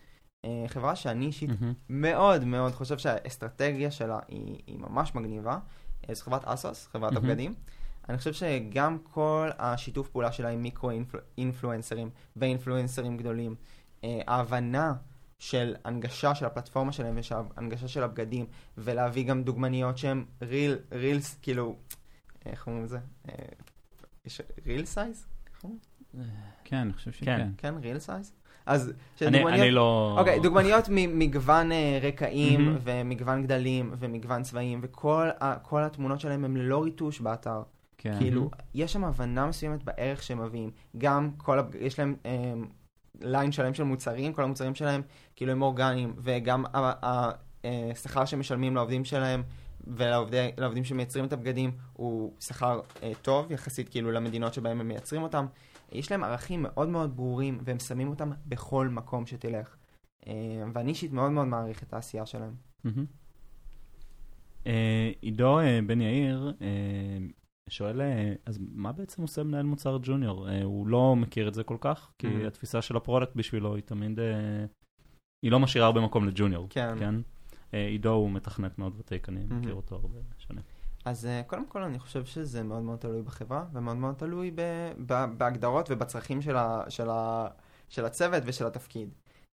חברה שאני אישית מאוד מאוד חושב שהאסטרטגיה שלה היא, היא ממש מגניבה. זו חברת אסוס, חברת הבגדים. אני חושב שגם כל השיתוף פעולה שלה עם מיקרו-אינפלואנסרים ואינפלואנסרים גדולים, ההבנה של הנגשה של הפלטפורמה שלהם והנגשה של הבגדים, ולהביא גם דוגמניות שהן ריל, רילס, כאילו, איך אומרים את זה? יש ריל סייז? כן, אני חושב שכן. כן, ריל סייז? אז אני לא... אוקיי, דוגמניות ממגוון רקעים ומגוון גדלים ומגוון צבעים, וכל התמונות שלהם הם ללא ריטוש באתר. כאילו, יש שם הבנה מסוימת בערך שהם מביאים. גם כל, יש להם ליין שלהם של מוצרים, כל המוצרים שלהם כאילו הם אורגניים, וגם השכר שמשלמים לעובדים שלהם ולעובדים שמייצרים את הבגדים הוא שכר טוב, יחסית כאילו למדינות שבהם הם מייצרים אותם. יש להם ערכים מאוד מאוד ברורים, והם שמים אותם בכל מקום שתלך. ואני אישית מאוד מאוד מעריך את העשייה שלהם. עידו בן יאיר שואל, אז מה בעצם עושה מנהל מוצר ג'וניור? הוא לא מכיר את זה כל כך, כי התפיסה של הפרודקט בשבילו היא תמיד, היא לא משאירה הרבה מקום לג'וניור. כן. עידו הוא מתכנת מאוד ותיק, אני מכיר אותו הרבה שנים. אז קודם כל אני חושב שזה מאוד מאוד תלוי בחברה, ומאוד מאוד תלוי בהגדרות ובצרכים של הצוות ושל התפקיד.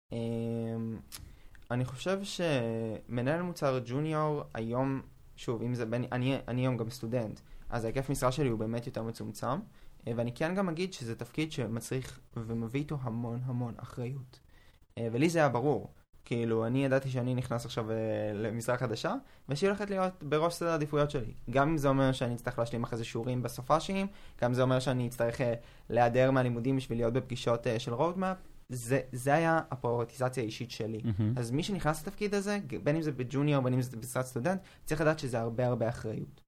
אני חושב שמנהל מוצר ג'וניור היום, שוב, אם זה, אני היום גם סטודנט, אז ההיקף משרה שלי הוא באמת יותר מצומצם, ואני כן גם אגיד שזה תפקיד שמצריך ומביא איתו המון המון אחריות. ולי זה היה ברור. כאילו, אני ידעתי שאני נכנס עכשיו למשרה חדשה, ושהיא הולכת להיות בראש סדר העדיפויות שלי. גם אם זה אומר שאני אצטרך להשלים אחרי זה שיעורים בסופאשים, גם זה אומר שאני אצטרך להיעדר מהלימודים בשביל להיות בפגישות של רודמאפ, זה, זה היה הפריוריטיזציה האישית שלי. Mm-hmm. אז מי שנכנס לתפקיד הזה, בין אם זה בג'וניור, בין אם זה בסטארט סטודנט, צריך לדעת שזה הרבה הרבה אחריות.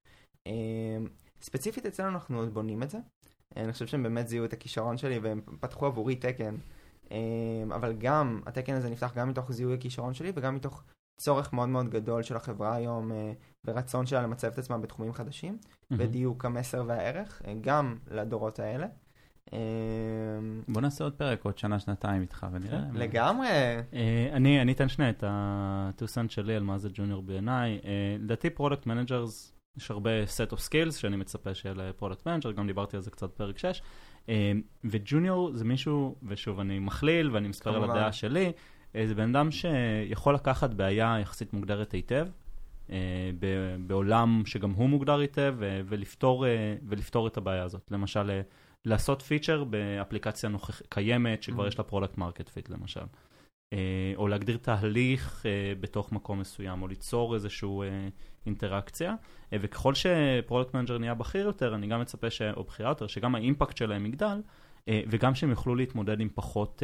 ספציפית אצלנו אנחנו עוד בונים את זה. אני חושב שהם באמת זיהו את הכישרון שלי, והם פתחו עבורי תקן. אבל גם, התקן הזה נפתח גם מתוך זיהוי הכישרון שלי, וגם מתוך צורך מאוד מאוד גדול של החברה היום, ורצון שלה למצב את עצמם בתחומים חדשים, mm-hmm. ודיוק המסר והערך, גם לדורות האלה. בוא נעשה עוד פרק, עוד שנה, שנתיים איתך, ונראה. לגמרי. אני, אני אתן שנייה את הטוסנט שלי על מה זה ג'וניור בעיניי. לדעתי פרודקט מנג'רס, יש הרבה set of skills שאני מצפה שיהיה לפרודקט מנג'ר, גם דיברתי על זה קצת פרק שש. וג'וניור זה מישהו, ושוב אני מכליל ואני מספר על הדעה שלי, זה בן אדם שיכול לקחת בעיה יחסית מוגדרת היטב, בעולם שגם הוא מוגדר היטב, ולפתור, ולפתור את הבעיה הזאת. למשל, לעשות פיצ'ר באפליקציה קיימת שכבר יש לה פרודקט מרקט פיט למשל. או להגדיר תהליך בתוך מקום מסוים, או ליצור איזשהו אינטראקציה, וככל שפרודקט מנג'ר נהיה בכיר יותר, אני גם מצפה, ש... או בכירה יותר, שגם האימפקט שלהם יגדל, וגם שהם יוכלו להתמודד עם פחות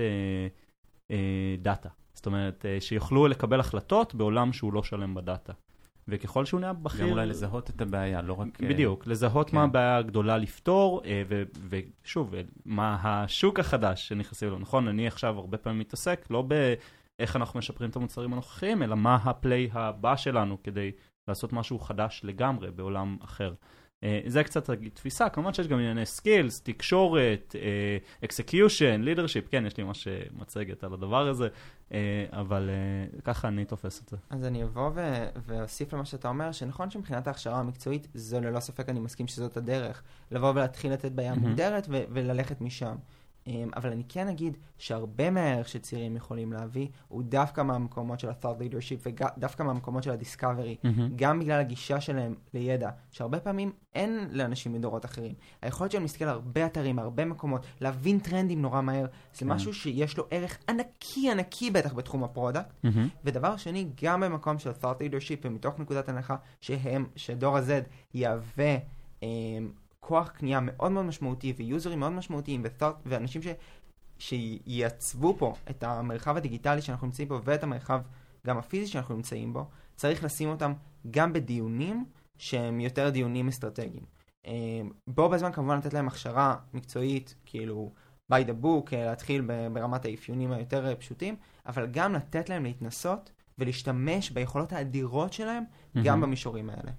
דאטה. זאת אומרת, שיוכלו לקבל החלטות בעולם שהוא לא שלם בדאטה. וככל שהוא נהיה בכיר... גם אולי לזהות את הבעיה, לא רק... בדיוק, לזהות מה הבעיה הגדולה לפתור, ושוב, מה השוק החדש שנכנסים לו. נכון, אני עכשיו הרבה פעמים מתעסק, לא באיך אנחנו משפרים את המוצרים הנוכחיים, אלא מה הפליי הבא שלנו כדי לעשות משהו חדש לגמרי בעולם אחר. זה קצת תפיסה, כמובן שיש גם ענייני סקילס, תקשורת, אקסקיושן, לידרשיפ, כן, יש לי ממש מצגת על הדבר הזה, אבל ככה אני תופס את זה. אז אני אבוא ואוסיף למה שאתה אומר, שנכון שמבחינת ההכשרה המקצועית, זה ללא ספק אני מסכים שזאת הדרך, לבוא ולהתחיל לתת בעיה מוגדרת וללכת משם. אבל אני כן אגיד שהרבה מהערך שצעירים יכולים להביא הוא דווקא מהמקומות של ה-thought leadership ודווקא מהמקומות של ה-discovery, mm-hmm. גם בגלל הגישה שלהם לידע, שהרבה פעמים אין לאנשים מדורות אחרים. היכולת שלהם להסתכל על הרבה אתרים, הרבה מקומות, להבין טרנדים נורא מהר, זה כן. משהו שיש לו ערך ענקי ענקי בטח בתחום הפרודקט. Mm-hmm. ודבר שני, גם במקום של thought leadership ומתוך נקודת הנחה שהם, שדור ה-Z יהווה אמ, כוח קנייה מאוד מאוד משמעותי ויוזרים מאוד משמעותיים ואנשים ש... שייצבו פה את המרחב הדיגיטלי שאנחנו נמצאים בו ואת המרחב גם הפיזי שאנחנו נמצאים בו, צריך לשים אותם גם בדיונים שהם יותר דיונים אסטרטגיים. בו בזמן כמובן לתת להם הכשרה מקצועית, כאילו by the book, להתחיל ברמת האפיונים היותר פשוטים, אבל גם לתת להם להתנסות ולהשתמש ביכולות האדירות שלהם mm-hmm. גם במישורים האלה.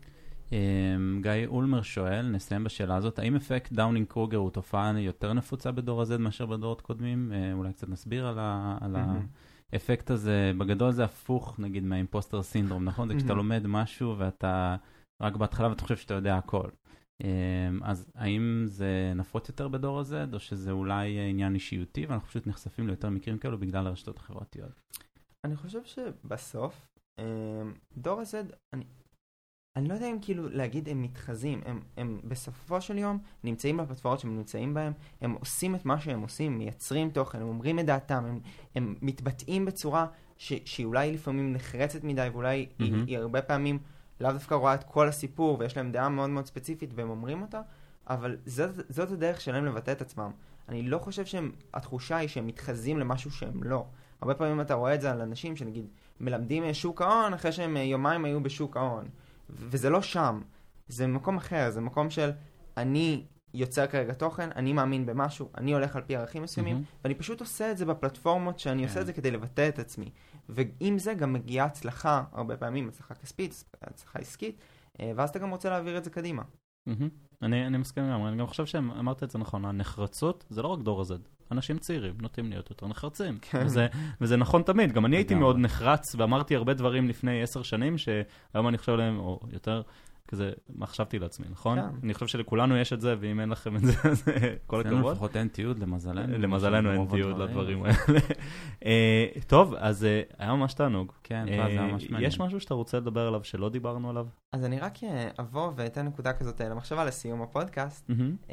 גיא אולמר שואל, נסיים בשאלה הזאת, האם אפקט דאונינג קרוגר הוא תופעה יותר נפוצה בדור הזה מאשר בדורות קודמים? אולי קצת נסביר על האפקט הזה, בגדול זה הפוך, נגיד, מהאימפוסטר סינדרום, נכון? זה כשאתה לומד משהו ואתה רק בהתחלה ואתה חושב שאתה יודע הכל. אז האם זה נפוץ יותר בדור הזה, או שזה אולי עניין אישיותי, ואנחנו פשוט נחשפים ליותר מקרים כאלו בגלל הרשתות החברתיות? אני חושב שבסוף, דור הזה, אני... אני לא יודע אם כאילו להגיד הם מתחזים, הם, הם בסופו של יום נמצאים בפלטפורמות שהם נמצאים בהם, הם עושים את מה שהם עושים, מייצרים תוכן, הם אומרים את דעתם, הם, הם מתבטאים בצורה ש, שהיא אולי לפעמים נחרצת מדי, ואולי mm-hmm. היא, היא הרבה פעמים לאו דווקא רואה את כל הסיפור, ויש להם דעה מאוד מאוד ספציפית והם אומרים אותה, אבל זאת, זאת הדרך שלהם לבטא את עצמם. אני לא חושב שהתחושה היא שהם מתחזים למשהו שהם לא. הרבה פעמים אתה רואה את זה על אנשים שנגיד מלמדים שוק ההון אחרי שהם יומיים היו בשוק ההון. וזה לא שם, זה מקום אחר, זה מקום של אני יוצר כרגע תוכן, אני מאמין במשהו, אני הולך על פי ערכים מסוימים, mm-hmm. ואני פשוט עושה את זה בפלטפורמות שאני yeah. עושה את זה כדי לבטא את עצמי. ועם זה גם מגיעה הצלחה, הרבה פעמים הצלחה כספית, הצלחה עסקית, ואז אתה גם רוצה להעביר את זה קדימה. Mm-hmm. אני, אני מסכים לגמרי, אני גם חושב שאמרת את זה נכון, הנחרצות זה לא רק דור הזד, אנשים צעירים נוטים להיות יותר נחרצים, וזה, וזה נכון תמיד, גם אני הייתי מאוד נחרץ ואמרתי הרבה דברים לפני עשר שנים שהיום אני חושב עליהם, או יותר, כזה, מה חשבתי לעצמי, נכון? אני חושב שלכולנו יש את זה, ואם אין לכם את זה, אז כל הכבוד. לפחות אין תיעוד, למזלנו. למזלנו אין תיעוד לדברים האלה. טוב, אז היה ממש תענוג. כן, זה היה ממש מעניין. יש משהו שאתה רוצה לדבר עליו שלא דיברנו עליו? אז אני רק אבוא ואתן נקודה כזאת למחשבה לסיום הפודקאסט,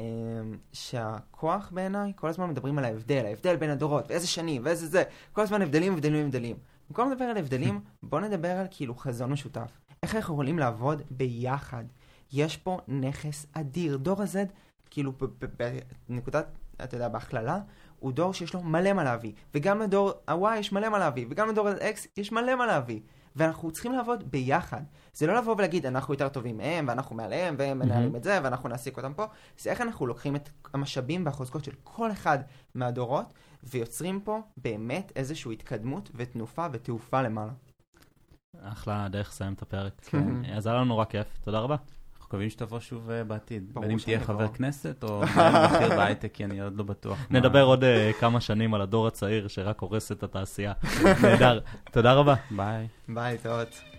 שהכוח בעיניי, כל הזמן מדברים על ההבדל, ההבדל בין הדורות, ואיזה שנים, ואיזה זה, כל הזמן הבדלים, הבדלים, הבדלים. במקום לדבר על הבדלים, בוא נדבר על כאילו חזון משותף. איך אנחנו יכולים לעבוד ביחד? יש פה נכס אדיר. דור ה-Z, כאילו בנקודת, אתה יודע, בהכללה, הוא דור שיש לו מלא מה להביא. וגם לדור ה-Y יש מלא מה להביא. וגם לדור ה-X יש מלא מה להביא. ואנחנו צריכים לעבוד ביחד. זה לא לבוא ולהגיד, אנחנו יותר טובים מהם, ואנחנו מעליהם, והם מנהלים את זה, ואנחנו נעסיק אותם פה. זה איך אנחנו לוקחים את המשאבים והחוזקות של כל אחד מהדורות, ויוצרים פה באמת איזושהי התקדמות ותנופה ותעופה למעלה. אחלה דרך לסיים את הפרק. אז היה לנו נורא כיף. תודה רבה. אנחנו מקווים שתבוא שוב בעתיד. בין אם תהיה חבר כנסת או בכיר בהייטק, כי אני עוד לא בטוח. נדבר עוד כמה שנים על הדור הצעיר שרק הורס את התעשייה. נהדר. תודה רבה. ביי. ביי, תודה.